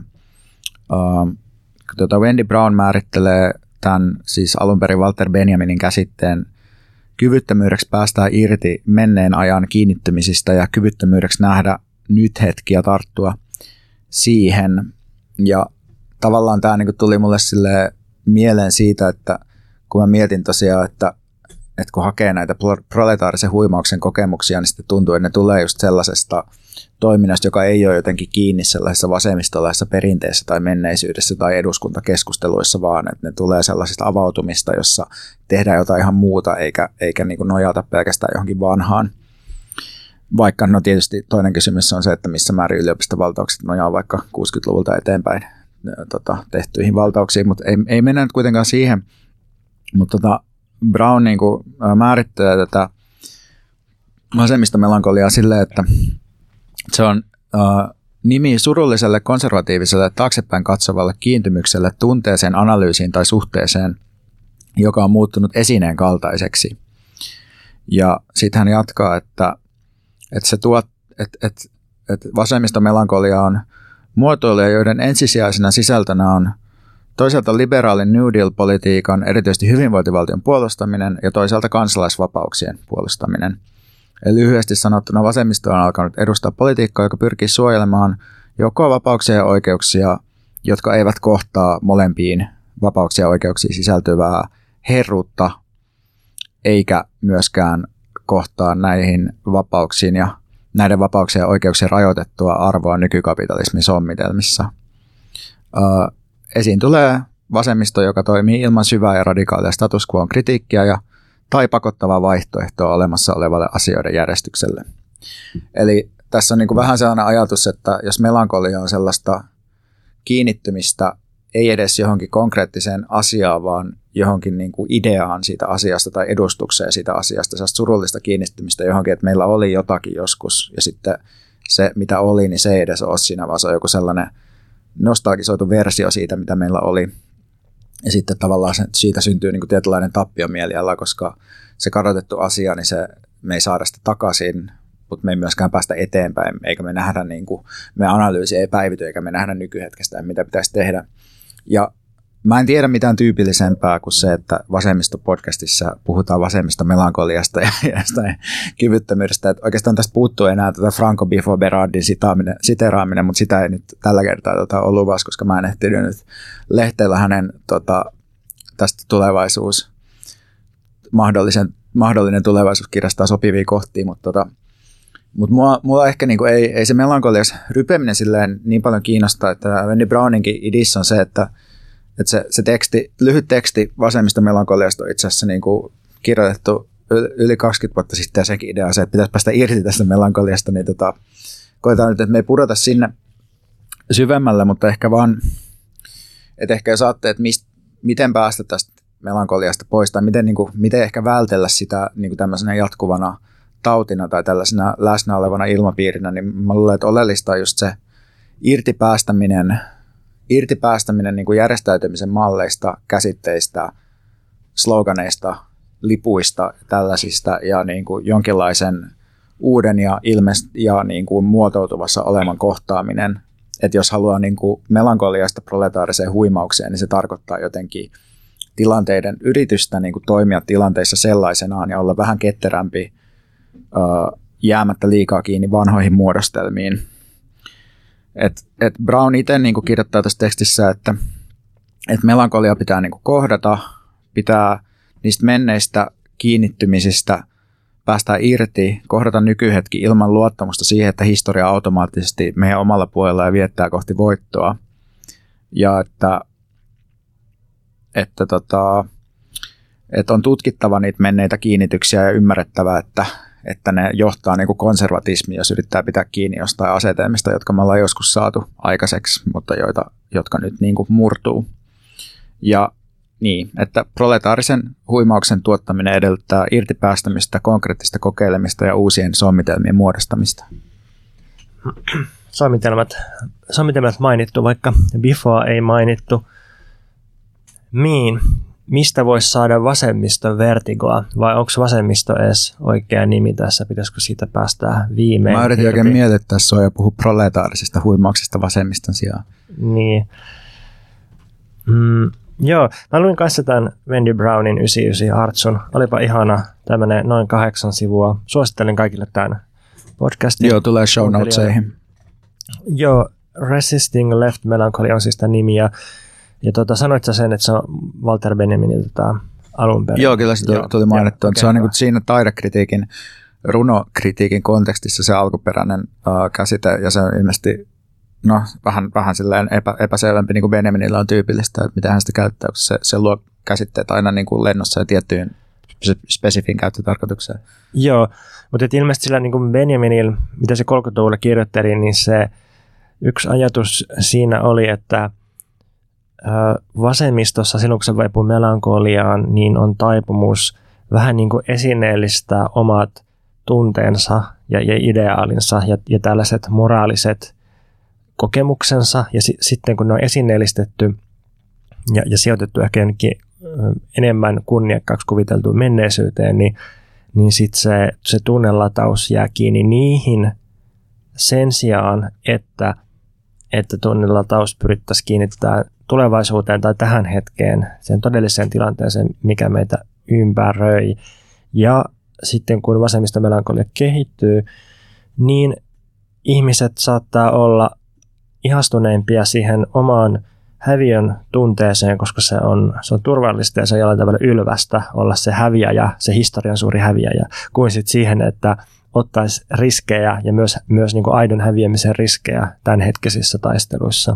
[SPEAKER 3] Wendy Brown määrittelee tämän siis alun perin Walter Benjaminin käsitteen kyvyttömyydeksi päästää irti menneen ajan kiinnittymisistä ja kyvyttömyydeksi nähdä nyt hetki ja tarttua siihen. Ja tavallaan tämä niin tuli mulle mieleen siitä, että kun mä mietin tosiaan, että kun hakee näitä proletaarisen huimauksen kokemuksia, niin sitten tuntuu, että ne tulee just sellaisesta toiminnasta, joka ei ole jotenkin kiinni sellaisessa vasemmistolaisessa perinteessä tai menneisyydessä tai eduskuntakeskusteluissa, vaan että ne tulee sellaisesta avautumista, jossa tehdään jotain ihan muuta eikä niin kuin nojata pelkästään johonkin vanhaan. Vaikka no tietysti toinen kysymys on se, että missä määrin yliopistovaltaukset nojaa vaikka 60-luvulta eteenpäin tehtyihin valtauksiin, mutta ei mennä nyt kuitenkaan siihen. Mutta Brown niin kuin määrittelee tätä vasemmistomelankoliaa silleen, että se on nimi surulliselle, konservatiiviselle, taaksepäin katsovalle kiintymykselle, tunteeseen, analyysiin tai suhteeseen, joka on muuttunut esineen kaltaiseksi. Ja sitten hän jatkaa, että vasemmistomelankolia on muotoiluja, joiden ensisijaisena sisältönä on toisaalta liberaalin New Deal-politiikan, erityisesti hyvinvointivaltion puolustaminen ja toisaalta kansalaisvapauksien puolustaminen. Eli lyhyesti sanottuna vasemmisto on alkanut edustaa politiikkaa, joka pyrkii suojelemaan joko vapauksia ja oikeuksia, jotka eivät kohtaa molempiin vapauksia ja oikeuksiin sisältyvää herruutta, eikä myöskään kohtaa näihin vapauksiin ja näiden vapauksien ja oikeuksien rajoitettua arvoa nykykapitalismin sommitelmissa. Esiin tulee vasemmisto, joka toimii ilman syvää ja radikaalia status quoon kritiikkiä tai pakottavaa vaihtoehtoa olemassa olevalle asioiden järjestykselle. Eli tässä on niin kuin vähän sellainen ajatus, että jos melankolia on sellaista kiinnittymistä ei edes johonkin konkreettiseen asiaan, vaan johonkin niin kuin ideaan siitä asiasta tai edustukseen siitä asiasta, sellaista surullista kiinnittymistä johonkin, että meillä oli jotakin joskus ja sitten se, mitä oli, niin se ei edes ole siinä, vaan se on joku sellainen nostalgisoitu versio siitä, mitä meillä oli. Ja sitten tavallaan siitä syntyy niin kuin tietynlainen tappiomieliala, koska se kadotettu asia, niin me ei saada sitä takaisin, mutta me ei myöskään päästä eteenpäin, eikä me nähdä, niin kuin, meidän analyysi ei päivity, eikä me nähdä nykyhetkestä, mitä pitäisi tehdä. Ja mä en tiedä mitään tyypillisempää kuin se, että vasemmistopodcastissa puhutaan vasemmistomelankoliasta ja jostain kyvyttömyydestä. Että oikeastaan tästä puuttuu enää tätä Franco Bifo Berardin siteraaminen, mutta sitä ei nyt tällä kertaa ole luvassa, koska mä en ehtinyt nyt lehteillä hänen tästä mahdollinen tulevaisuuskirjastaan sopivia kohtia, mutta mulla ehkä niinku ei se melankolias rypeminen silleen niin paljon kiinnostaa, että Wendy Browninkin idissa on se, että se teksti, lyhyt teksti vasemmista melankoliasta on itse asiassa niinku kirjoitettu yli 20 vuotta sitten, ja sekin idea on se, että pitäisi päästä irti tästä melankoliasta, niin koetaan nyt, että me ei pudota sinne syvemmälle, mutta ehkä vaan, että ehkä jos ajattelee, että miten päästä tästä melankoliasta pois, tai miten ehkä vältellä sitä niinku tämmöisenä jatkuvana tautina tai tällaisena läsnä olevana ilmapiirinä, niin mä luulen, että oleellista on just se irtipäästäminen niin kuin järjestäytymisen malleista, käsitteistä, sloganeista, lipuista, tällaisista ja niin kuin jonkinlaisen uuden ja niin kuin muotoutuvassa oleman kohtaaminen. Että jos haluaa niin kuin melankoliasta proletaariseen huimaukseen, niin se tarkoittaa jotenkin tilanteiden yritystä niin kuin toimia tilanteissa sellaisenaan ja olla vähän ketterämpi, jäämättä liikaa kiinni vanhoihin muodostelmiin. Et Brown itse niin kuin kirjoittaa tässä tekstissä, että melankolia pitää niin kuin kohdata, pitää niistä menneistä kiinnittymisistä päästä irti, kohdata nykyhetki ilman luottamusta siihen, että historia automaattisesti meidän omalla puolella ja viettää kohti voittoa. Ja että on tutkittava niitä menneitä kiinnityksiä ja ymmärrettävä, että ne johtaa niin kuin konservatismiin, jos yrittää pitää kiinni jostain asetelmista, jotka me ollaan joskus saatu aikaiseksi, mutta jotka nyt niin kuin murtuu. Ja niin, että proletaarisen huimauksen tuottaminen edellyttää irtipäästämistä, konkreettista kokeilemista ja uusien sommitelmien muodostamista.
[SPEAKER 2] Sommitelmat mainittu, vaikka Bifoa ei mainittu. Mistä voisi saada vasemmiston vertigoa, vai onko vasemmisto edes oikea nimi tässä? Pitäisikö siitä päästä viimein?
[SPEAKER 3] Mä yritin oikein mietittää sua ja puhua proletaarisesta huimauksesta vasemmiston sijaan.
[SPEAKER 2] Niin. Joo, mä luin kanssa tämän Wendy Brownin 99 Artsun. Olipa ihana tämmöinen noin 8 sivua. Suosittelen kaikille tämän podcastin.
[SPEAKER 3] Joo, tulee show notesihin.
[SPEAKER 2] Joo, Resisting Left Melancholy on siis tämä nimi, ja sanoit sä sen, että se on Walter Benjaminilta alun perin?
[SPEAKER 3] Joo, kyllä se tuli mainittu. Okay, se on niin kuin siinä taidekritiikin, runokritiikin kontekstissa se alkuperäinen käsite, ja se on ilmeisesti vähän silleen epäselvempi, niin kuin Benjaminilla on tyypillistä, että miten hän sitä käyttää, koska se luo käsitteet aina niin kuin lennossa ja tiettyyn spesifin käyttötarkoitukseen.
[SPEAKER 2] Joo, mutta ilmeisesti sillä niin kuin Benjaminilla, mitä se 30-luvulla kirjoitteli, niin se yksi ajatus siinä oli, että vasemmistossa silloin, kun se vaipuu melankoliaan, niin on taipumus vähän niin kuin esineellistää omat tunteensa ja ideaalinsa ja tällaiset moraaliset kokemuksensa, ja sitten kun ne on esineellistetty ja sijoitettu ehkä enemmän kunniakkaaksi kuviteltuun menneisyyteen, niin sitten se tunnelataus jää kiinni niihin sen sijaan, että tunnelataus pyrittäisiin kiinnittää tulevaisuuteen tai tähän hetkeen, sen todelliseen tilanteeseen, mikä meitä ympäröi. Ja sitten kun vasemmista melankolia kehittyy, niin ihmiset saattaa olla ihastuneimpia siihen omaan häviön tunteeseen, koska se on turvallista ja se on jollain tavalla ylvästä olla se häviäjä, se historian suuri häviäjä, kuin sitten siihen, että ottaisi riskejä ja myös niin kuin aidon häviämisen riskejä tämänhetkisissä taisteluissa.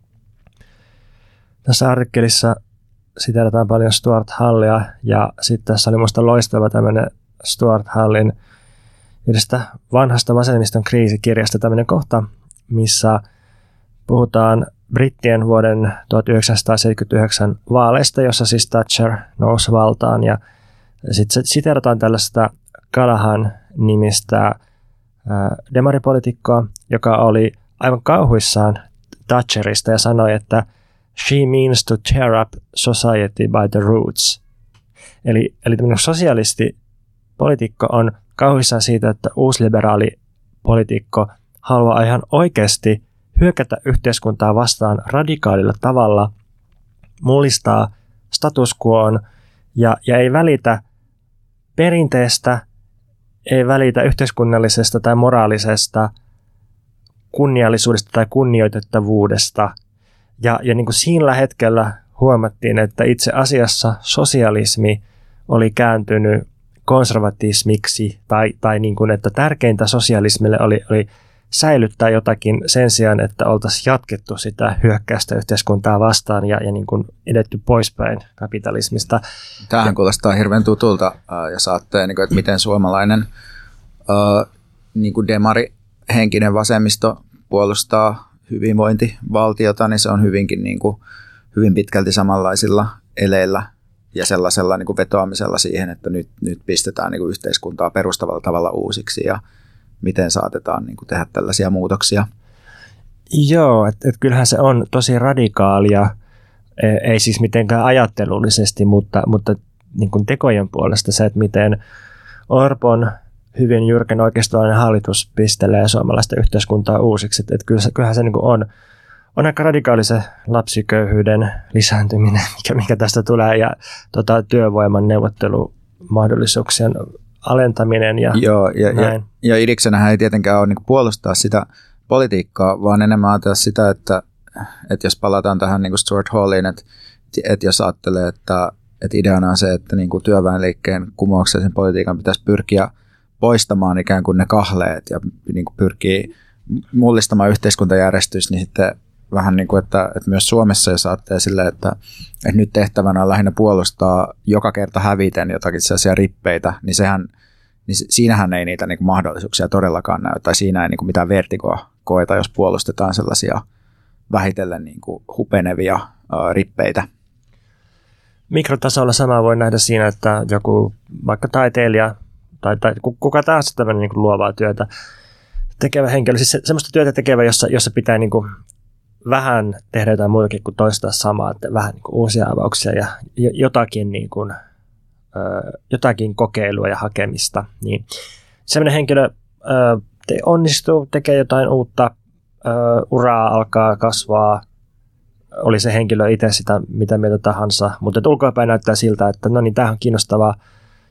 [SPEAKER 2] Tässä artikkelissa siteerataan paljon Stuart Hallia, ja sitten tässä oli minusta loistava tämmöinen Stuart Hallin yhdestä vanhasta vasemmiston kriisikirjasta tämmöinen kohta, missä puhutaan brittien vuoden 1979 vaaleista, jossa siis Thatcher nousi valtaan, ja sitten siteerataan tällaista Callaghan nimistä demaripolitiikkoa, joka oli aivan kauhuissaan Thatcherista ja sanoi, että she means to tear up society by the roots. Eli tämmöinen sosialistipolitiikko on kauhuissaan siitä, että uusliberaali poliitikko haluaa ihan oikeasti hyökätä yhteiskuntaa vastaan radikaalilla tavalla, mullistaa status quoon ja ei välitä perinteestä, ei välitä yhteiskunnallisesta tai moraalisesta kunniallisuudesta tai kunnioitettavuudesta. Ja niin kuin siinä hetkellä huomattiin, että itse asiassa sosialismi oli kääntynyt konservatismiksi tai niin kuin, että tärkeintä sosialismille oli säilyttää jotakin sen sijaan, että oltaisiin jatkettu sitä hyökkäystä yhteiskuntaa vastaan ja niin kuin edetty poispäin kapitalismista.
[SPEAKER 3] Tämähän kuulostaa hirveän tutulta, jos ajattelee, että miten suomalainen niin kuin demarihenkinen vasemmisto puolustaa hyvinvointivaltiota, niin se on hyvinkin niin kuin, hyvin pitkälti samanlaisilla eleillä ja sellaisella niin kuin vetoamisella siihen, että nyt pistetään niin kuin yhteiskuntaa perustavalla tavalla uusiksi ja miten saatetaan niin kuin tehdä tällaisia muutoksia.
[SPEAKER 2] Joo, että kyllähän se on tosi radikaalia, ei siis mitenkään ajattelullisesti, mutta niin kuin tekojen puolesta se, että miten Orpon hyvin jyrkän oikeistolainen hallitus pistelee suomalaista yhteiskuntaa uusiksi. Että kyllähän se niin kuin on aika radikaali se lapsiköyhyyden lisääntyminen, mikä tästä tulee, ja työvoiman neuvottelumahdollisuuksien alentaminen ja näin.
[SPEAKER 3] Ja idiksenähän ei tietenkään ole niin kuin puolustaa sitä politiikkaa, vaan enemmän ajatella sitä, että jos palataan tähän niin kuin Stuart Halliin, että jos ajattelee, että ideana on se, että niin kuin työväenliikkeen kumouksellisen politiikan pitäisi pyrkiä poistamaan ikään kuin ne kahleet ja niin kuin pyrkii mullistamaan yhteiskuntajärjestys, niin sitten vähän niin kuin, että myös Suomessa, jos ajattelee silleen, että nyt tehtävänä on lähinnä puolustaa joka kerta häviten jotakin sellaisia rippeitä, niin siinähän ei niitä niin kuin mahdollisuuksia todellakaan näy, tai siinä ei niin kuin mitään vertigoa koeta, jos puolustetaan sellaisia vähitellen niin kuin hupenevia rippeitä.
[SPEAKER 2] Mikrotasolla sama voi nähdä siinä, että joku vaikka taiteilija tai kuka tahansa tämmöinen niin kuin luovaa työtä tekevä henkilö, siis semmoista työtä tekevä, jossa pitää niin kuin vähän tehdä jotain muutakin kuin toistaa samaa, että vähän niin kuin uusia avauksia ja jotakin, niin kuin, jotakin kokeilua ja hakemista. Niin semmoinen henkilö onnistuu, tekee jotain uutta, uraa alkaa kasvaa, oli se henkilö itse sitä mitä mieltä tahansa, mutta ulkoapäin näyttää siltä, että no niin, tämähän on kiinnostavaa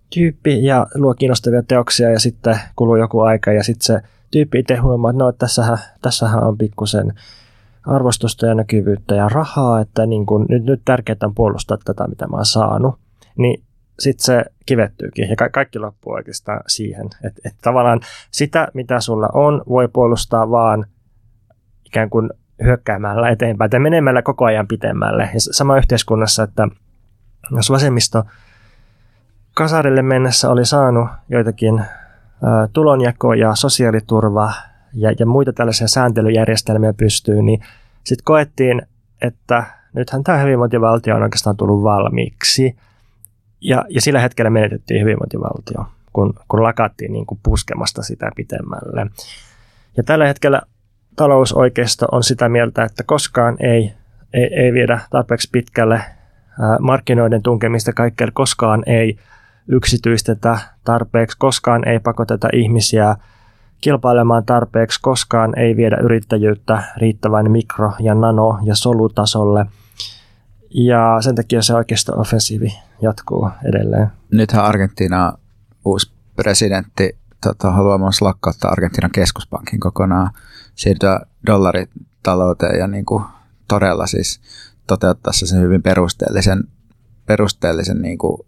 [SPEAKER 2] tyyppi ja luo kiinnostavia teoksia ja sitten kuluu joku aika ja sitten se tyyppi itse huomaa, että no, tässähän on pikkusen arvostusta ja näkyvyyttä ja rahaa, että niin kuin, nyt tärkeää on puolustaa tätä, mitä mä oon saanut. Niin sitten se kivettyykin ja kaikki loppuu oikeastaan siihen, että tavallaan sitä, mitä sulla on, voi puolustaa vaan ikään kuin hyökkäämällä eteenpäin tai menemällä koko ajan pitemmälle. Ja sama yhteiskunnassa, että jos vasemmisto kasarille mennessä oli saanut joitakin tulonjakoja, sosiaaliturva ja muita tällaisia sääntelyjärjestelmiä pystyyn, niin sitten koettiin, että nythän tämä hyvinvointivaltio on oikeastaan tullut valmiiksi. Ja sillä hetkellä menetettiin hyvinvointivaltio, kun lakattiin niin kuin puskemasta sitä pitemmälle. Ja tällä hetkellä talousoikeisto on sitä mieltä, että koskaan ei viedä tarpeeksi pitkälle markkinoiden tunkemista kaikkea, koskaan ei yksityistetä tarpeeksi, koskaan ei pakoteta ihmisiä kilpailemaan tarpeeksi, koskaan ei viedä yrittäjyyttä riittävän mikro- ja nano- ja solutasolle. Ja sen takia se oikeisto-offensiivi jatkuu edelleen.
[SPEAKER 3] Nythän Argentiina uusi presidentti haluaa myös lakkauttaa Argentiinan keskuspankin kokonaan, siirtyä dollaritalouteen ja niin kuin todella siis toteuttaa sen hyvin perusteellisen niin kuin,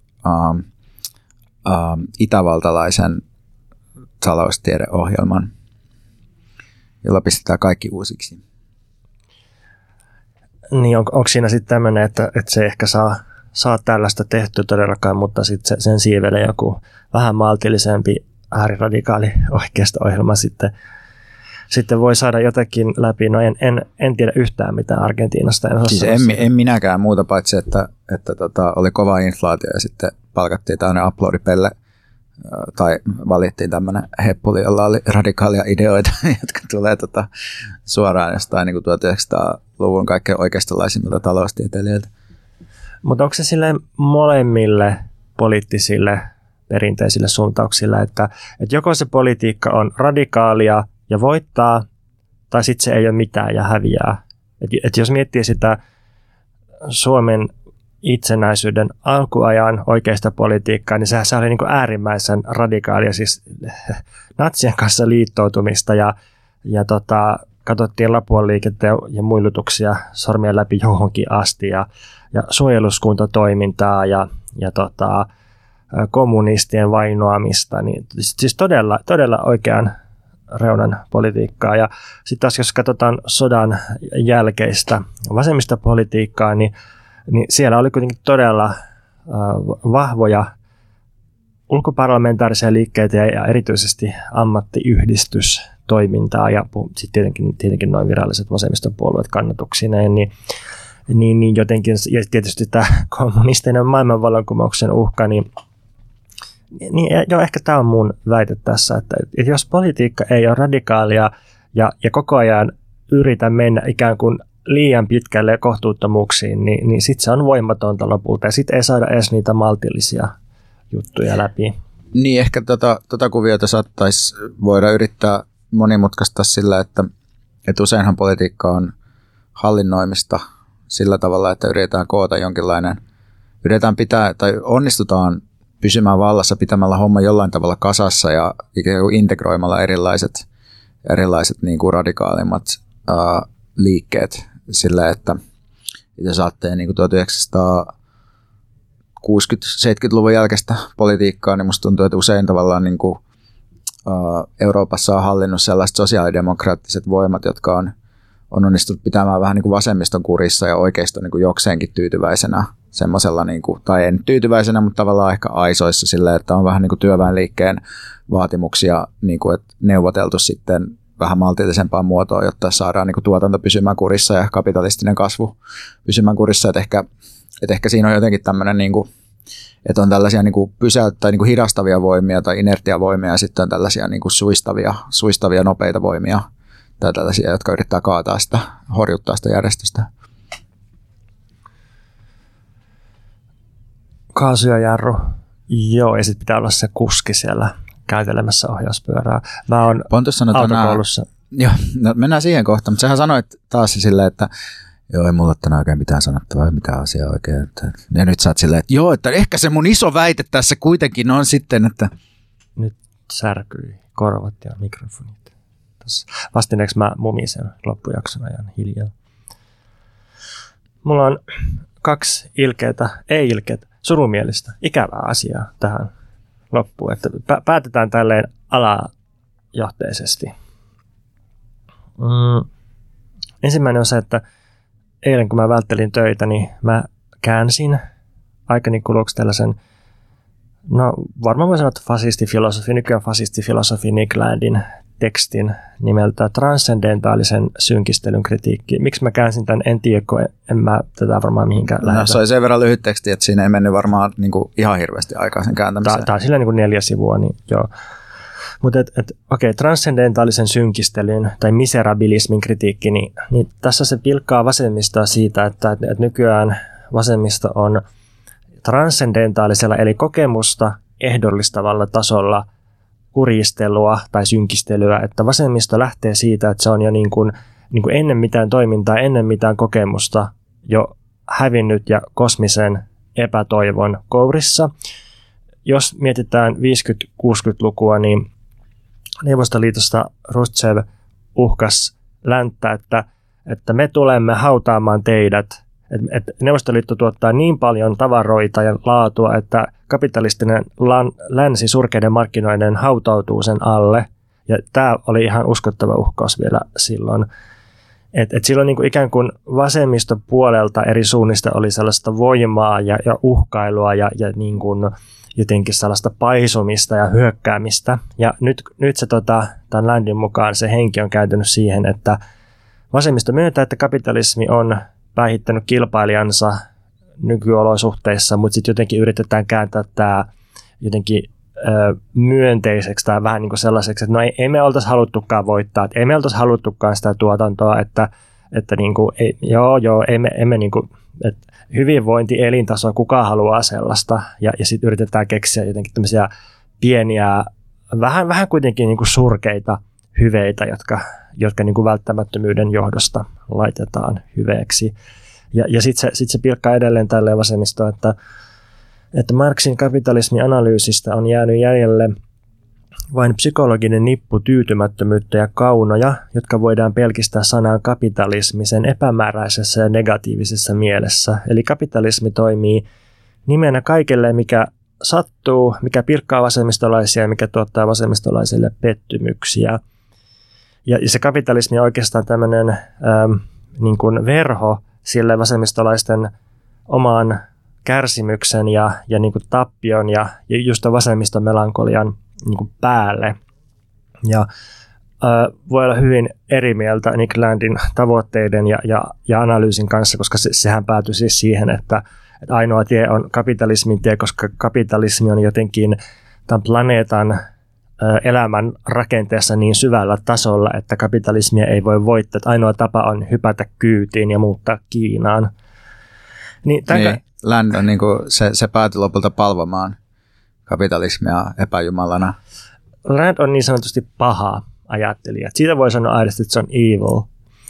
[SPEAKER 3] itävaltalaisen taloustiedeohjelman, jolla pistetään kaikki uusiksi.
[SPEAKER 2] Niin onko siinä sitten tämmöinen, että se ehkä saa tällaista tehtyä todellakaan, mutta sitten sen siivelee joku vähän maltillisempi ääriradikaali oikeisto-ohjelma sitten voi saada jotakin läpi. No en tiedä yhtään mitään Argentiinasta.
[SPEAKER 3] Siis en minäkään muuta paitsi, että oli kova inflaatio ja sitten palkattiin tämmöinen uploadipelle tai valittiin tämmöinen heppuli, jolla oli radikaalia ideoita, jotka tulee suoraan jostain niin kuin 1900-luvun kaikkein oikeistolaisimmilta taloustieteilijöiltä.
[SPEAKER 2] Mutta onko se sille molemmille poliittisille perinteisille suuntauksille, että joko se politiikka on radikaalia ja voittaa, tai sitten se ei ole mitään ja häviää. Et jos miettii sitä Suomen itsenäisyyden alkuajan oikeista politiikkaa, niin se oli niin kuin äärimmäisen radikaalia, siis natsien kanssa liittoutumista ja katsottiin Lapuan liikettä ja muilutuksia sormien läpi johonkin asti ja suojeluskuntatoimintaa ja kommunistien vainoamista, niin siis todella oikean reunan politiikkaa. Ja sitten taas jos katsotaan sodan jälkeistä vasemmistopolitiikkaa, niin siellä oli kuitenkin todella vahvoja ulkoparlamentaarisia liikkeitä ja erityisesti ammattiyhdistystoimintaa ja sitten tietenkin noin viralliset vasemmiston puolueet kannatuksineen, niin jotenkin, ja tietysti tämä kommunistinen maailmanvallankumouksen uhka, niin ehkä tämä on mun väite tässä, että jos politiikka ei ole radikaalia ja koko ajan yritä mennä ikään kuin liian pitkälle kohtuuttomuuksiin, niin sitten se on voimatonta lopulta ja sitten ei saada edes niitä maltillisia juttuja läpi.
[SPEAKER 3] Niin, ehkä tota kuviota saattaisi voida yrittää monimutkaistaa sillä, että useinhan politiikka on hallinnoimista sillä tavalla, että yritetään koota yritetään pitää tai onnistutaan pysymään vallassa pitämällä homma jollain tavalla kasassa ja ikään kuin integroimalla erilaiset niin kuin radikaalimmat liikkeet sillä, että jos ajattelee niin 1960-70-luvun jälkeistä politiikkaa, niin musta tuntuu, että usein tavallaan niin kuin, Euroopassa on hallinnut sellaiset sosiaalidemokraattiset voimat, jotka on onnistunut pitämään vähän niin kuin vasemmiston kurissa ja oikeiston niin kuin jokseenkin tyytyväisenä semmoisella, niin kuin, tai en tyytyväisenä, mutta tavallaan ehkä aisoissa sillä, että on vähän niin kuin työväenliikkeen vaatimuksia niin kuin, että neuvoteltu sitten vähän maltillisempaan muotoon, jotta saadaan niin kuin tuotanto pysymään kurissa ja kapitalistinen kasvu pysymään kurissa. Että ehkä siinä on jotenkin tämmöinen, niin kuin, että on tällaisia niin kuin tai niin kuin hidastavia voimia tai inertiavoimia ja sitten on tällaisia niin kuin suistavia nopeita voimia tai tällaisia, jotka yrittää kaataa sitä, horjuttaa sitä järjestystä.
[SPEAKER 2] Kaasu ja jarru. Joo, ja sitten pitää olla se kuski siellä käytelemässä ohjauspyörää. Mä oon autokoulussa.
[SPEAKER 3] Joo, no mennään siihen kohtaan, mutta sähän sanoit taas silleen, että Joo, ei mulla ole oikein mitään sanottavaa, ei mitään asiaa oikein. Ja nyt sä oot silleen, että joo, että ehkä se mun iso väite tässä kuitenkin on sitten, että...
[SPEAKER 2] Nyt särkyi korvat ja mikrofonit. Vastineeksi mä mumisen loppujakson ajan hiljaa. Mulla on 2 ei-ilkeitä, surumielistä, ikävää asiaa tähän loppuun. Että päätetään tälleen alajohteisesti. Ensimmäinen on se, että eilen kun mä välttelin töitä, niin mä käänsin aikani kuluksi tällaisen, no varmaan voi sanoa, että fasistifilosofi, nykyään fasistifilosofi Nick Landin tekstin nimeltä Transcendentaalisen synkistelyn kritiikki. Miksi mä käänsin tämän, en tiedä, kun en mä tätä varmaan mihinkään lähetä.
[SPEAKER 3] No se oli sen verran lyhyt teksti, että siinä ei mennyt varmaan niin kuin ihan hirveästi aikaa sen kääntämiseen.
[SPEAKER 2] Tämä on sillä niin kuin 4 sivua, niin joo. Mutta okei, transcendentaalisen synkistelyn tai miserabilismin kritiikki, niin tässä se pilkkaa vasemmistoa siitä, että nykyään vasemmisto on transcendentaalisella eli kokemusta ehdollistavalla tasolla kuristelua tai synkistelyä, että vasemmisto lähtee siitä, että se on jo niin kuin ennen mitään toimintaa, ennen mitään kokemusta jo hävinnyt ja kosmisen epätoivon kourissa. Jos mietitään 50-60-lukua, niin Neuvostoliitosta Hruštšov uhkasi länttä, että me tulemme hautaamaan teidät. Että Neuvostoliitto tuottaa niin paljon tavaroita ja laatua, että kapitalistinen länsi surkeiden markkinoiden hautautuu sen alle. Ja tämä oli ihan uskottava uhkaus vielä silloin. Et silloin niin kuin ikään kuin vasemmiston puolelta eri suunnista oli sellaista voimaa ja uhkailua ja niin kuin jotenkin sellaista paisumista ja hyökkäämistä. Ja nyt se tämän Landin mukaan se henki on kääntynyt siihen, että vasemmisto myöntää, että kapitalismi on päihittänyt kilpailijansa nykyolosuhteissa, mutta sitten jotenkin yritetään kääntää tämä jotenkin myönteiseksi tai vähän niin kuin sellaiseksi, että no ei me oltaisi haluttukaan voittaa, että ei me oltaisi haluttukaan sitä tuotantoa, että niin kuin, emme niin kuin, että hyvinvointi, elintaso, kuka haluaa sellaista, ja sitten yritetään keksiä jotenkin tämmöisiä pieniä, vähän kuitenkin niin kuin surkeita hyveitä, jotka niin kuin välttämättömyyden johdosta laitetaan hyveeksi. Ja sitten se pilkkaa edelleen tälleen vasemmistoa, että Marxin kapitalismianalyysistä on jäänyt jäljelle vain psykologinen nippu tyytymättömyyttä ja kaunoja, jotka voidaan pelkistää sanaan kapitalismi sen epämääräisessä ja negatiivisessa mielessä. Eli kapitalismi toimii nimenä kaikelle, mikä sattuu, mikä pilkkaa vasemmistolaisia ja mikä tuottaa vasemmistolaisille pettymyksiä. Ja se kapitalismi on oikeastaan tämmöinen niin kuin verho sille vasemmistolaisten omaan kärsimyksen ja niin kuin tappion ja just vasemmiston melankolian niin kuin päälle. Ja voi olla hyvin eri mieltä Nick Landin tavoitteiden ja analyysin kanssa, koska sehän päätyi siis siihen, että ainoa tie on kapitalismin tie, koska kapitalismi on jotenkin tämän planeetan elämän rakenteessa niin syvällä tasolla, että kapitalismia ei voi voittaa. Että ainoa tapa on hypätä kyytiin ja muuttaa Kiinaan. Niin,
[SPEAKER 3] Land on niin kuin se päätyi lopulta palvomaan kapitalismia epäjumalana.
[SPEAKER 2] Land on niin sanotusti paha ajattelija. Siitä voi sanoa aidosti, että se on evil.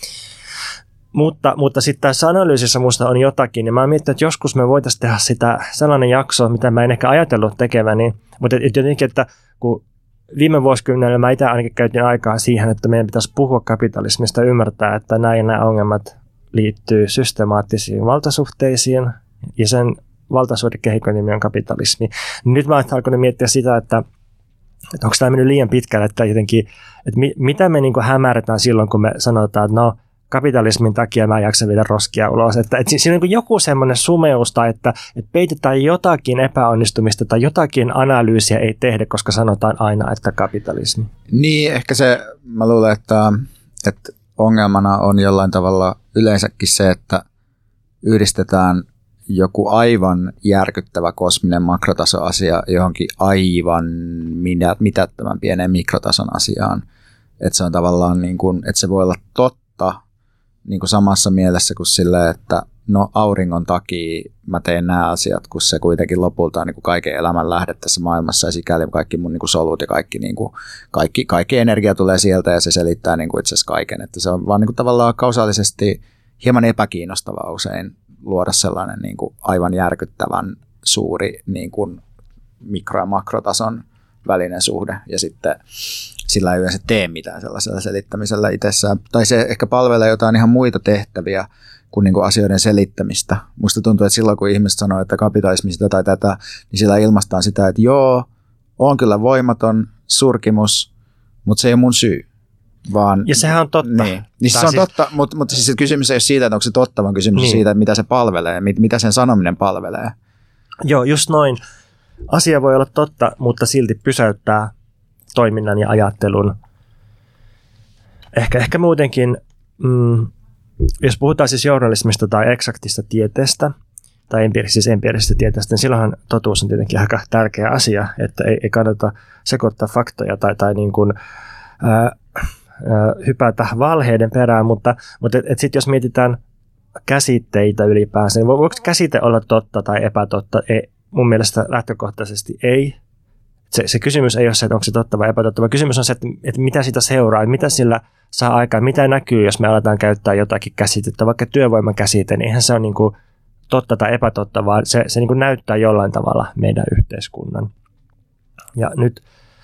[SPEAKER 2] Mutta sitten tässä analyysissä musta on jotakin, ja mä mietin, että joskus me voitaisiin tehdä sitä sellainen jakso, mitä mä en ehkä ajatellut tekeväni, mutta jotenkin, että kun viime vuosikymmenellä mä itse ainakin käytin aikaa siihen, että meidän pitäisi puhua kapitalismista ja ymmärtää, että nämä ongelmat liittyy systemaattisiin valtasuhteisiin, ja sen valtasuhdekehikon nimi on kapitalismi. Nyt mä oon alkanut miettiä sitä, että onko tämä mennyt liian pitkälle, että jotenkin, että mitä me niin kuin hämärretään silloin, kun me sanotaan, että no, kapitalismin takia mä en jaksa viedä roskia ulos. Että siinä on niin joku semmoinen sumeusta, että peitetään jotakin epäonnistumista tai jotakin analyysiä ei tehdä, koska sanotaan aina, että kapitalismi.
[SPEAKER 3] Niin, ehkä se, mä luulen, että ongelmana on jollain tavalla yleensäkin se, että yhdistetään joku aivan järkyttävä kosminen makrotasoasia johonkin aivan mitättömän pieneen mikrotason asiaan. Että se on tavallaan niin kuin, että se voi olla totta niin kuin samassa mielessä kuin silleen, että no auringon takia mä teen nämä asiat, kun se kuitenkin lopulta on niin kuin kaiken elämän lähde tässä maailmassa ja sikäli kaikki mun niin kuin solut ja kaikki energia tulee sieltä ja se selittää niin kuin itse asiassa kaiken. Että se on vaan niin kuin tavallaan kausaalisesti hieman epäkiinnostavaa usein luoda sellainen niin kuin aivan järkyttävän suuri niin kuin mikro- ja makrotason välinen suhde, ja sitten sillä ei yleensä tee mitään sellaisella selittämisellä itsessään. Tai se ehkä palvelee jotain ihan muita tehtäviä kuin niinku asioiden selittämistä. Musta tuntuu, että silloin kun ihmiset sanoo, että kapitalismi sitä tai tätä, niin sillä ilmaistaan sitä, että joo, on kyllä voimaton surkimus, mutta se ei ole mun syy. Vaan,
[SPEAKER 2] ja sehän on totta.
[SPEAKER 3] Niin se on totta, mutta siis kysymys ei ole siitä, että onko se totta, vaan kysymys on siitä, että mitä se palvelee, mitä sen sanominen palvelee.
[SPEAKER 2] Joo, just noin. Asia voi olla totta, mutta silti pysäyttää toiminnan ja ajattelun. Ehkä muutenkin, jos puhutaan siis journalismista tai eksaktista tieteestä, tai empiirisestä tieteestä, niin silloinhan totuus on tietenkin aika tärkeä asia, että ei kannata sekoittaa faktoja tai niin kuin, hypätä valheiden perään, mutta sitten jos mietitään käsitteitä ylipäänsä, niin voiko käsite olla totta tai epätotta? Mun mielestä lähtökohtaisesti ei. Se kysymys ei ole se, että onko se totta vai epätotta, vaan kysymys on se, että mitä sitä seuraa, että mitä sillä saa aikaan, mitä näkyy, jos me aletaan käyttää jotakin käsitettä, vaikka työvoimakäsite, niin eihän se ole niin kuin totta tai epätotta, vaan se niin kuin näyttää jollain tavalla meidän yhteiskunnan. Ja nyt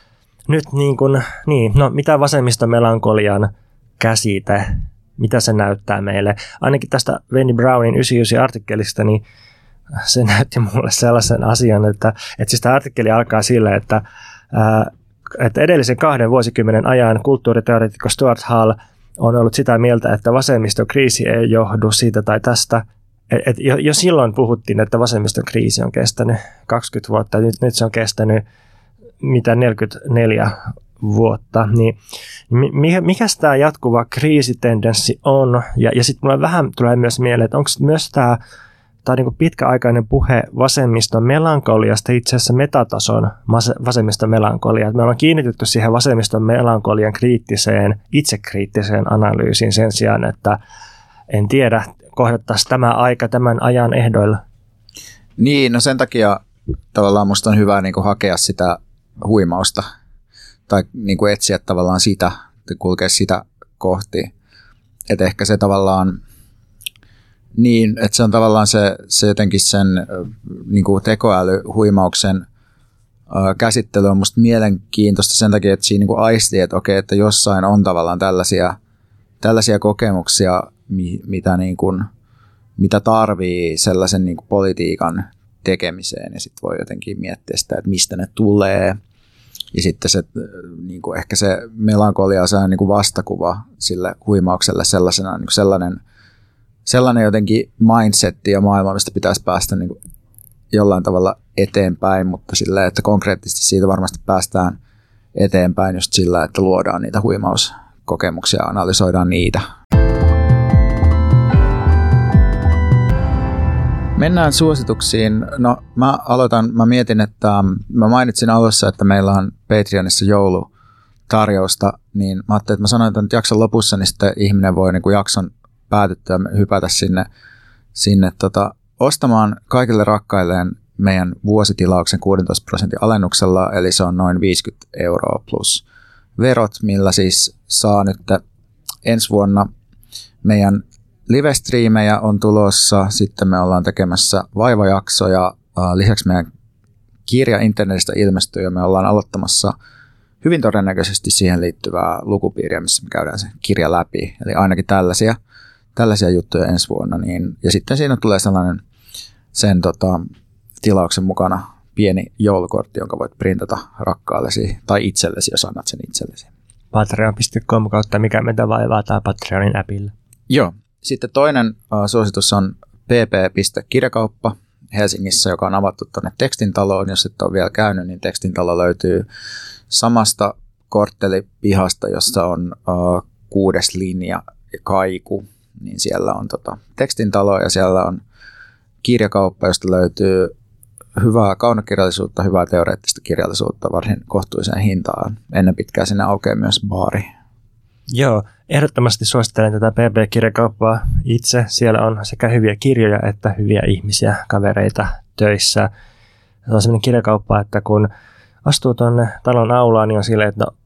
[SPEAKER 2] mitä vasemmistomelankolian käsite, mitä se näyttää meille? Ainakin tästä Wendy Brownin 99-artikkelista, niin se näytti mulle sellaisen asian, että siis tämä artikkeli alkaa sillä, että edellisen 2 vuosikymmenen ajan kulttuuriteoreetikko Stuart Hall on ollut sitä mieltä, että vasemmiston kriisi ei johdu siitä tai tästä. Jo silloin puhuttiin, että vasemmiston kriisi on kestänyt 20 vuotta, nyt se on kestänyt 44 vuotta. Niin mikä tämä jatkuva kriisitendenssi on? Ja sitten mulle vähän tulee myös mieleen, että onko myös tämä niin kuin pitkäaikainen puhe vasemmiston melankoliasta itse asiassa metatason vasemmiston melankoliaa. Me ollaan kiinnitytty siihen vasemmiston melankolian itsekriittiseen analyysiin sen sijaan, että en tiedä, kohdattaisiin tämä aika tämän ajan ehdoilla.
[SPEAKER 3] Niin, no sen takia tavallaan musta on hyvä niin kuin hakea sitä huimausta tai niin kuin etsiä tavallaan sitä, kulkea sitä kohti. Että ehkä se tavallaan niin, että se on tavallaan se jotenkin sen niin kuin tekoälyhuimauksen käsittely on musta mielenkiintoista sen takia, että siinä niin kuin aistii, että okei, että jossain on tavallaan tällaisia kokemuksia, mitä tarvii sellaisen niin kuin politiikan tekemiseen, ja sitten voi jotenkin miettiä sitä, että mistä ne tulee. Ja sitten se, niin kuin ehkä se melankolia on niin kuin vastakuva sille huimaukselle sellaisena, niin kuin sellainen jotenkin mindsetti ja maailma, mistä pitäisi päästä niin kuin jollain tavalla eteenpäin, mutta sillä, että konkreettisesti siitä varmasti päästään eteenpäin just sillä, että luodaan niitä huimauskokemuksia ja analysoidaan niitä. Mennään suosituksiin. No mä mietin, että mä mainitsin alussa, että meillä on Patreonissa joulutarjousta, niin mä ajattelin, että mä sanoin, että nyt jakson lopussa, niin sitten ihminen voi niin kuin jakson päätyttyä hypätä sinne ostamaan kaikille rakkailleen meidän vuositilauksen 16% alennuksella, eli se on noin 50 € plus verot, millä siis saa nyt ensi vuonna meidän live-striimejä on tulossa, sitten me ollaan tekemässä vaivajaksoja, lisäksi meidän kirja internetistä ilmestyy ja me ollaan aloittamassa hyvin todennäköisesti siihen liittyvää lukupiiriä, missä me käydään se kirja läpi, eli ainakin tällaisia juttuja ensi vuonna, niin, ja sitten siinä tulee sellainen sen tilauksen mukana pieni joulukortti, jonka voit printata rakkaallesi tai itsellesi, jos annat sen itsellesi.
[SPEAKER 2] Patreon.com kautta mikä meitä vaivaa tai Patreonin appilla.
[SPEAKER 3] Joo. Sitten toinen suositus on pp.kirjakauppa Helsingissä, joka on avattu tuonne Tekstintaloon. Jos et ole vielä käynyt, niin Tekstintalo löytyy samasta korttelipihasta, jossa on 6. linja ja kaiku. Niin siellä on Tekstintalo ja siellä on kirjakauppa, josta löytyy hyvää kaunokirjallisuutta, hyvää teoreettista kirjallisuutta varsin kohtuulliseen hintaan. Ennen pitkään sinne aukeaa myös baari.
[SPEAKER 2] Joo, ehdottomasti suosittelen tätä PP-kirjakauppaa itse. Siellä on sekä hyviä kirjoja että hyviä ihmisiä, kavereita töissä. Se on sellainen kirjakauppa, että kun astuu tuonne talon aulaan, niin on silleen, että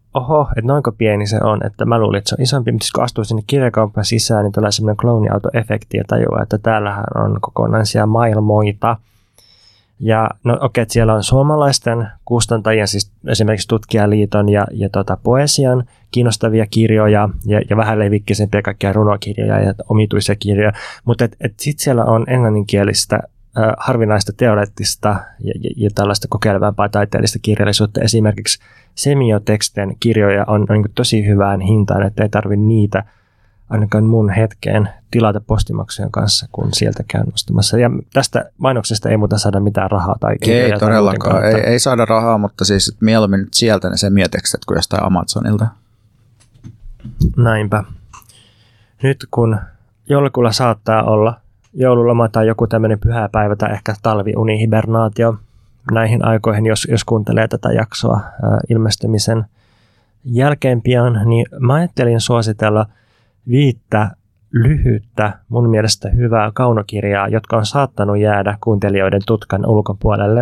[SPEAKER 2] oho, että noinko pieni se on, että mä luulin, että se on isompi, mutta kun astuu sinne kirjakaupan sisään, niin tulee semmoinen klooniauto-efekti ja tajuaa, että täällähän on kokonaisia maailmoita. Ja no okei, että siellä on suomalaisten kustantajien, siis esimerkiksi Tutkijaliiton ja poesian kiinnostavia kirjoja ja vähän levikkisempiä kaikkia runokirjoja ja omituisia kirjoja, mutta sitten siellä on englanninkielistä harvinaista teoreettista ja tällaista kokeilevampaa taiteellista kirjallisuutta. Esimerkiksi semioteksten kirjoja on niin kuin tosi hyvään hintaan, että ei tarvitse niitä ainakaan mun hetkeen tilata postimaksujen kanssa, kun sieltä käyn nostamassa. Ja tästä mainoksesta ei muuta saada mitään rahaa. Tai
[SPEAKER 3] ei todellakaan, ei saada rahaa, mutta siis mieluummin nyt sieltä ne semiotekstit kuin jostain Amazonilta.
[SPEAKER 2] Näinpä. Nyt kun joulukuulla saattaa olla joululoma tai joku tämmöinen pyhäpäivä tai ehkä talviunihibernaatio näihin aikoihin, jos kuuntelee tätä jaksoa ilmestymisen jälkeen pian, niin mä ajattelin suositella 5 lyhyttä, mun mielestä hyvää kaunokirjaa, jotka on saattanut jäädä kuuntelijoiden tutkan ulkopuolelle.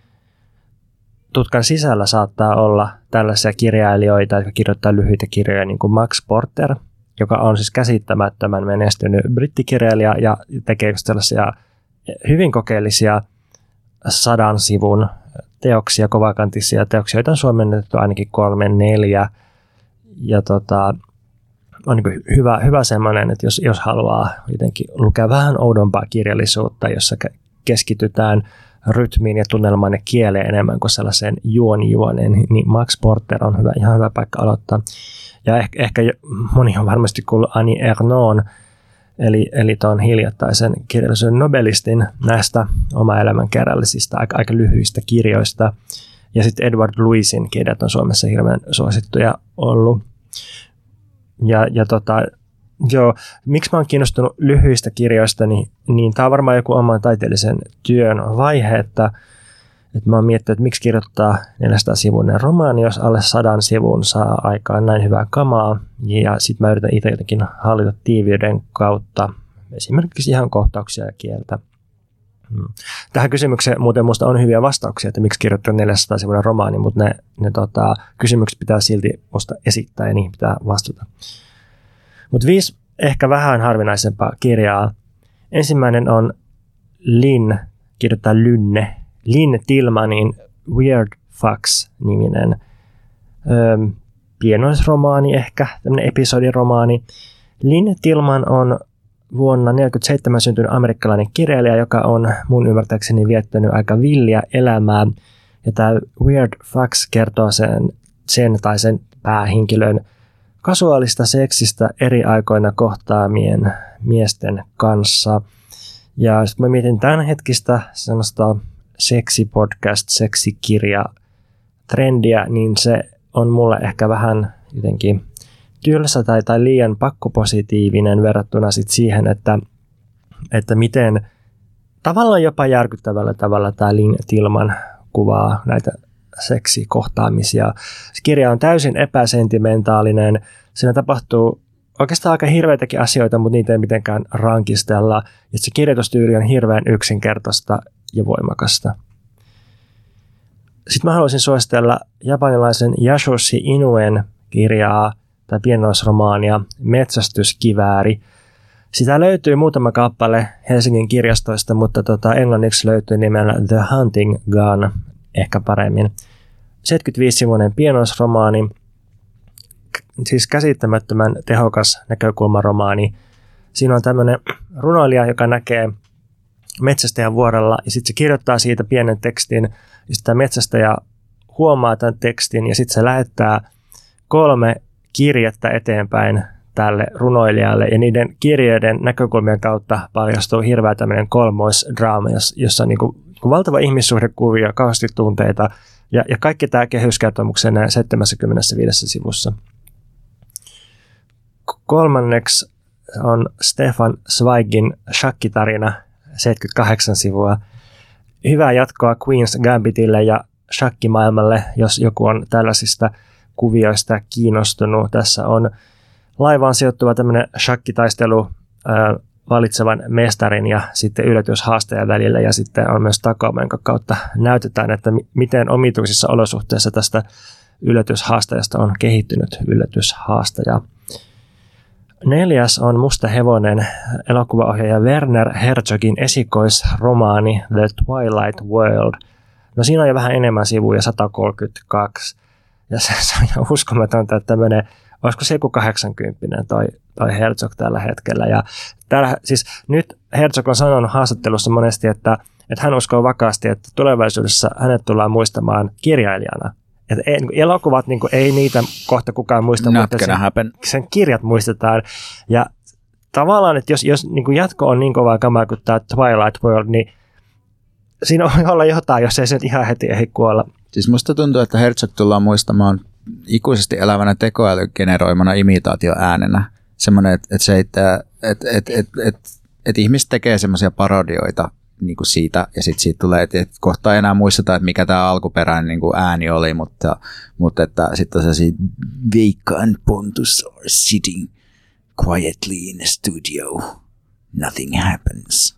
[SPEAKER 2] Tutkan sisällä saattaa olla tällaisia kirjailijoita, jotka kirjoittaa lyhyitä kirjoja, niin kuin Max Porter, joka on siis käsittämättömän menestynyt brittikirjailija ja tekee sellaisia hyvin kokeellisia 100 sivun teoksia, kovakantisia teoksia, joita on suomennettu ainakin 3-4. Ja on niin hyvä semmoinen, että jos haluaa jotenkin lukea vähän oudompaa kirjallisuutta, jossa keskitytään rytmiin ja tunnelmaan ja kieleen enemmän kuin sellaiseen juoneen, niin Max Porter on ihan hyvä paikka aloittaa. Ja ehkä moni on varmasti kuullut Annie Ernaux'n, eli tuon hiljattaisen kirjallisuuden nobelistin näistä oma elämän kerrallisista aika lyhyistä kirjoista. Ja sitten Edward Louisin kirjat on Suomessa hirveän suosittuja ollut. Joo, miksi mä oon kiinnostunut lyhyistä kirjoista, niin tämä on varmaan joku oman taiteellisen työn vaihe, että mä oon miettinyt, että miksi kirjoittaa 400-sivuinen romaani, jos alle 100 sivun saa aikaan näin hyvää kamaa. Ja sitten mä yritän itse jotenkin hallita tiiviyden kautta esimerkiksi ihan kohtauksia ja kieltä. Tähän kysymykseen muuten musta on hyviä vastauksia, että miksi kirjoittaa 400-sivuinen romaani, mutta ne kysymykset pitää silti musta esittää ja niihin pitää vastata. Mutta 5 ehkä vähän harvinaisempaa kirjaa. Ensimmäinen on kirjoittaa Lynne Tillmanin Weird Fucks-niminen pienoisromaani ehkä, tämmöinen episodiromaani. Lynne Tillman on vuonna 1947 syntynyt amerikkalainen kirjailija, joka on mun ymmärtääkseni viettänyt aika villiä elämää. Ja tämä Weird Fucks kertoo sen päähenkilön kasuaalista seksistä eri aikoina kohtaamien miesten kanssa. Ja sitten mä mietin tämänhetkistä semmoista seksipodcast, seksikirja trendiä, niin se on mulle ehkä vähän jotenkin tylsä tai liian pakkopositiivinen verrattuna sit siihen, että miten tavallaan jopa järkyttävällä tavalla tämä Lynne Tillman kuvaa näitä seksikohtaamisia. Se kirja on täysin epäsentimentaalinen. Siinä tapahtuu oikeastaan aika hirveitäkin asioita, mutta niitä ei mitenkään rankistella. Ja se kirjoitustyyli on hirveän yksinkertaista ja voimakasta. Sitten mä haluaisin suositella japanilaisen Yasushi Inuen kirjaa tai pienoisromaania Metsästyskivääri. Sitä löytyy muutama kappale Helsingin kirjastoista, mutta englanniksi löytyy nimellä The Hunting Gun ehkä paremmin. 75-sivuinen pienoisromaani, siis käsittämättömän tehokas näkökulmaromaani. Siinä on tämmöinen runoilija, joka näkee metsästäjän vuorella ja sitten se kirjoittaa siitä pienen tekstin ja sitten metsästäjä huomaa tämän tekstin ja sitten se lähettää 3 kirjettä eteenpäin tälle runoilijalle ja niiden kirjeiden näkökulmien kautta paljastuu hirveä tämmöinen kolmoisdraama, jossa on niin kuin valtava ihmissuhdekuvia, kauheasti tunteita ja kaikki tämä kehyskertomuksen 75 sivussa. Kolmanneksi on Stefan Zweigin shakkitarina, 78 sivua. Hyvää jatkoa Queen's Gambitille ja shakkimaailmalle, jos joku on tällaisista kuvioista kiinnostunut. Tässä on laivaan sijoittuva tämmöinen shakkitaistelu valitsevan mestarin ja sitten yllätyshaastajan välillä ja sitten on myös takaoven kautta näytetään, että miten omituisissa olosuhteissa tästä yllätyshaastajasta on kehittynyt yllätyshaastaja. 4. on Musta hevonen, elokuvaohjaaja Werner Herzogin esikoisromaani The Twilight World. No siinä on jo vähän enemmän sivuja, 132. Ja se on jo uskomatonta, että tämmöinen, olisiko se joku 80 toi Herzog tällä hetkellä. Ja täällä, siis nyt Herzog on sanonut haastattelussa monesti, että hän uskoo vakaasti, että tulevaisuudessa hänet tullaan muistamaan kirjailijana. Että elokuvat ei niitä kohta kukaan muista, mutta sen kirjat muistetaan. Ja tavallaan, että jos jatko on niin kovaa kamaa kuin tämä Twilight World, niin siinä voi olla jotain, jos ei se ihan heti ehdi kuolla.
[SPEAKER 3] Siis musta tuntuu, että Herzog tullaan muistamaan ikuisesti elävänä tekoälygeneroimana imitaatioäänenä. Semmoinen, että ihmiset tekee semmoisia parodioita niin kuin siitä, ja sitten siitä tulee, että kohta ei enää muisteta, että mikä tämä alkuperäinen niin kuin ääni oli, mutta että sitten on sellaisia Veikka and Pontus are sitting quietly in a studio. Nothing happens.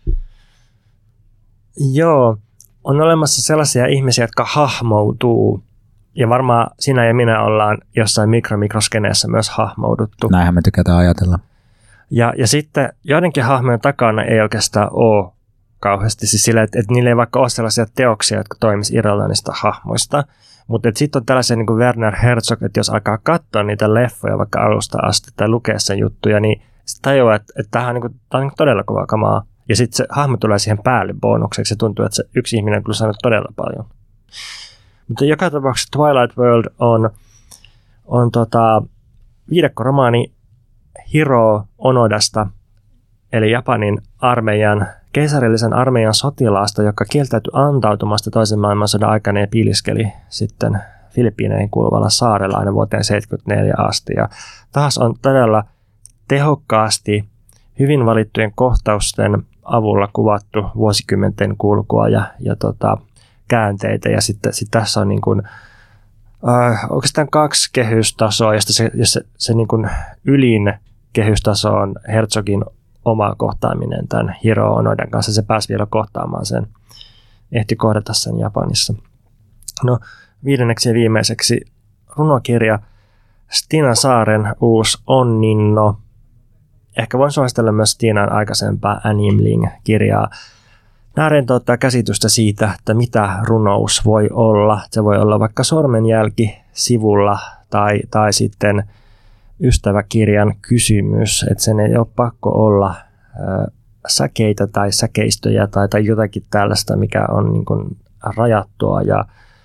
[SPEAKER 2] Joo, on olemassa sellaisia ihmisiä, jotka hahmoutuu, ja varmaan sinä ja minä ollaan jossain mikroskeneessä myös hahmouduttu.
[SPEAKER 3] Näinhän me tykätään ajatella.
[SPEAKER 2] Ja sitten joidenkin hahmojen takana ei oikeastaan ole kauheasti, siis sillä, että niillä ei vaikka ole sellaisia teoksia, jotka toimisi irrallaan niistä hahmoista, mutta sitten on tällaisia niin kuin Werner Herzog, että jos alkaa katsoa niitä leffoja vaikka alusta asti tai lukea sen juttuja, niin sitten tajuaa, että tämä on, tämä on todella kovaa kamaa. Ja sitten se hahmo tulee siihen päälle bonukseksi ja tuntuu, että se yksi ihminen on kyllä saanut todella paljon. Mutta joka tapauksessa Twilight World on viidekkoromaani Hiro Onodasta, eli Japanin keisarillisen armeijan sotilaasta, joka kieltäytyi antautumasta toisen maailmansodan aikana ja piiliskeli sitten Filippiineihin kuuluvalla saarella aina vuoteen 1974 asti. Ja taas on todella tehokkaasti hyvin valittujen kohtausten avulla kuvattu vuosikymmenten kulkua ja käänteitä. Ja sitten tässä on niin kuin, oikeastaan 2 kehystasoa, josta se niin kuin ylin kehystaso on Herzogin oma kohtaaminen tämän Hiro Onodan kanssa. Se pääsi vielä kohtaamaan sen, ehti kohdata sen Japanissa. No 5. ja viimeiseksi runokirja Stina Saaren uusi Onninno. Ehkä voin suositella myös Stinan aikaisempaa Animling-kirjaa. Nämä rentouttaa käsitystä siitä, että mitä runous voi olla. Se voi olla vaikka sormenjälki sivulla tai sitten ystäväkirjan kysymys, että sen ei ole pakko olla säkeitä tai säkeistöjä tai jotakin tällaista, mikä on niin kuin rajattua ja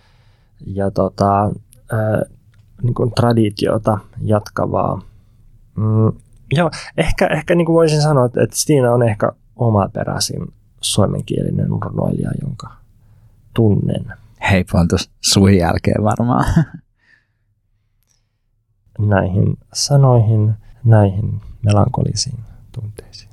[SPEAKER 2] niin kuin traditiota jatkavaa. Joo, ehkä niin kuin voisin sanoa, että Stina on ehkä omaperäisin suomenkielinen runoilija, jonka tunnen.
[SPEAKER 3] Hei Pontus, sun jälkeen varmaan.
[SPEAKER 2] Näihin sanoihin, näihin melankolisiin tunteisiin.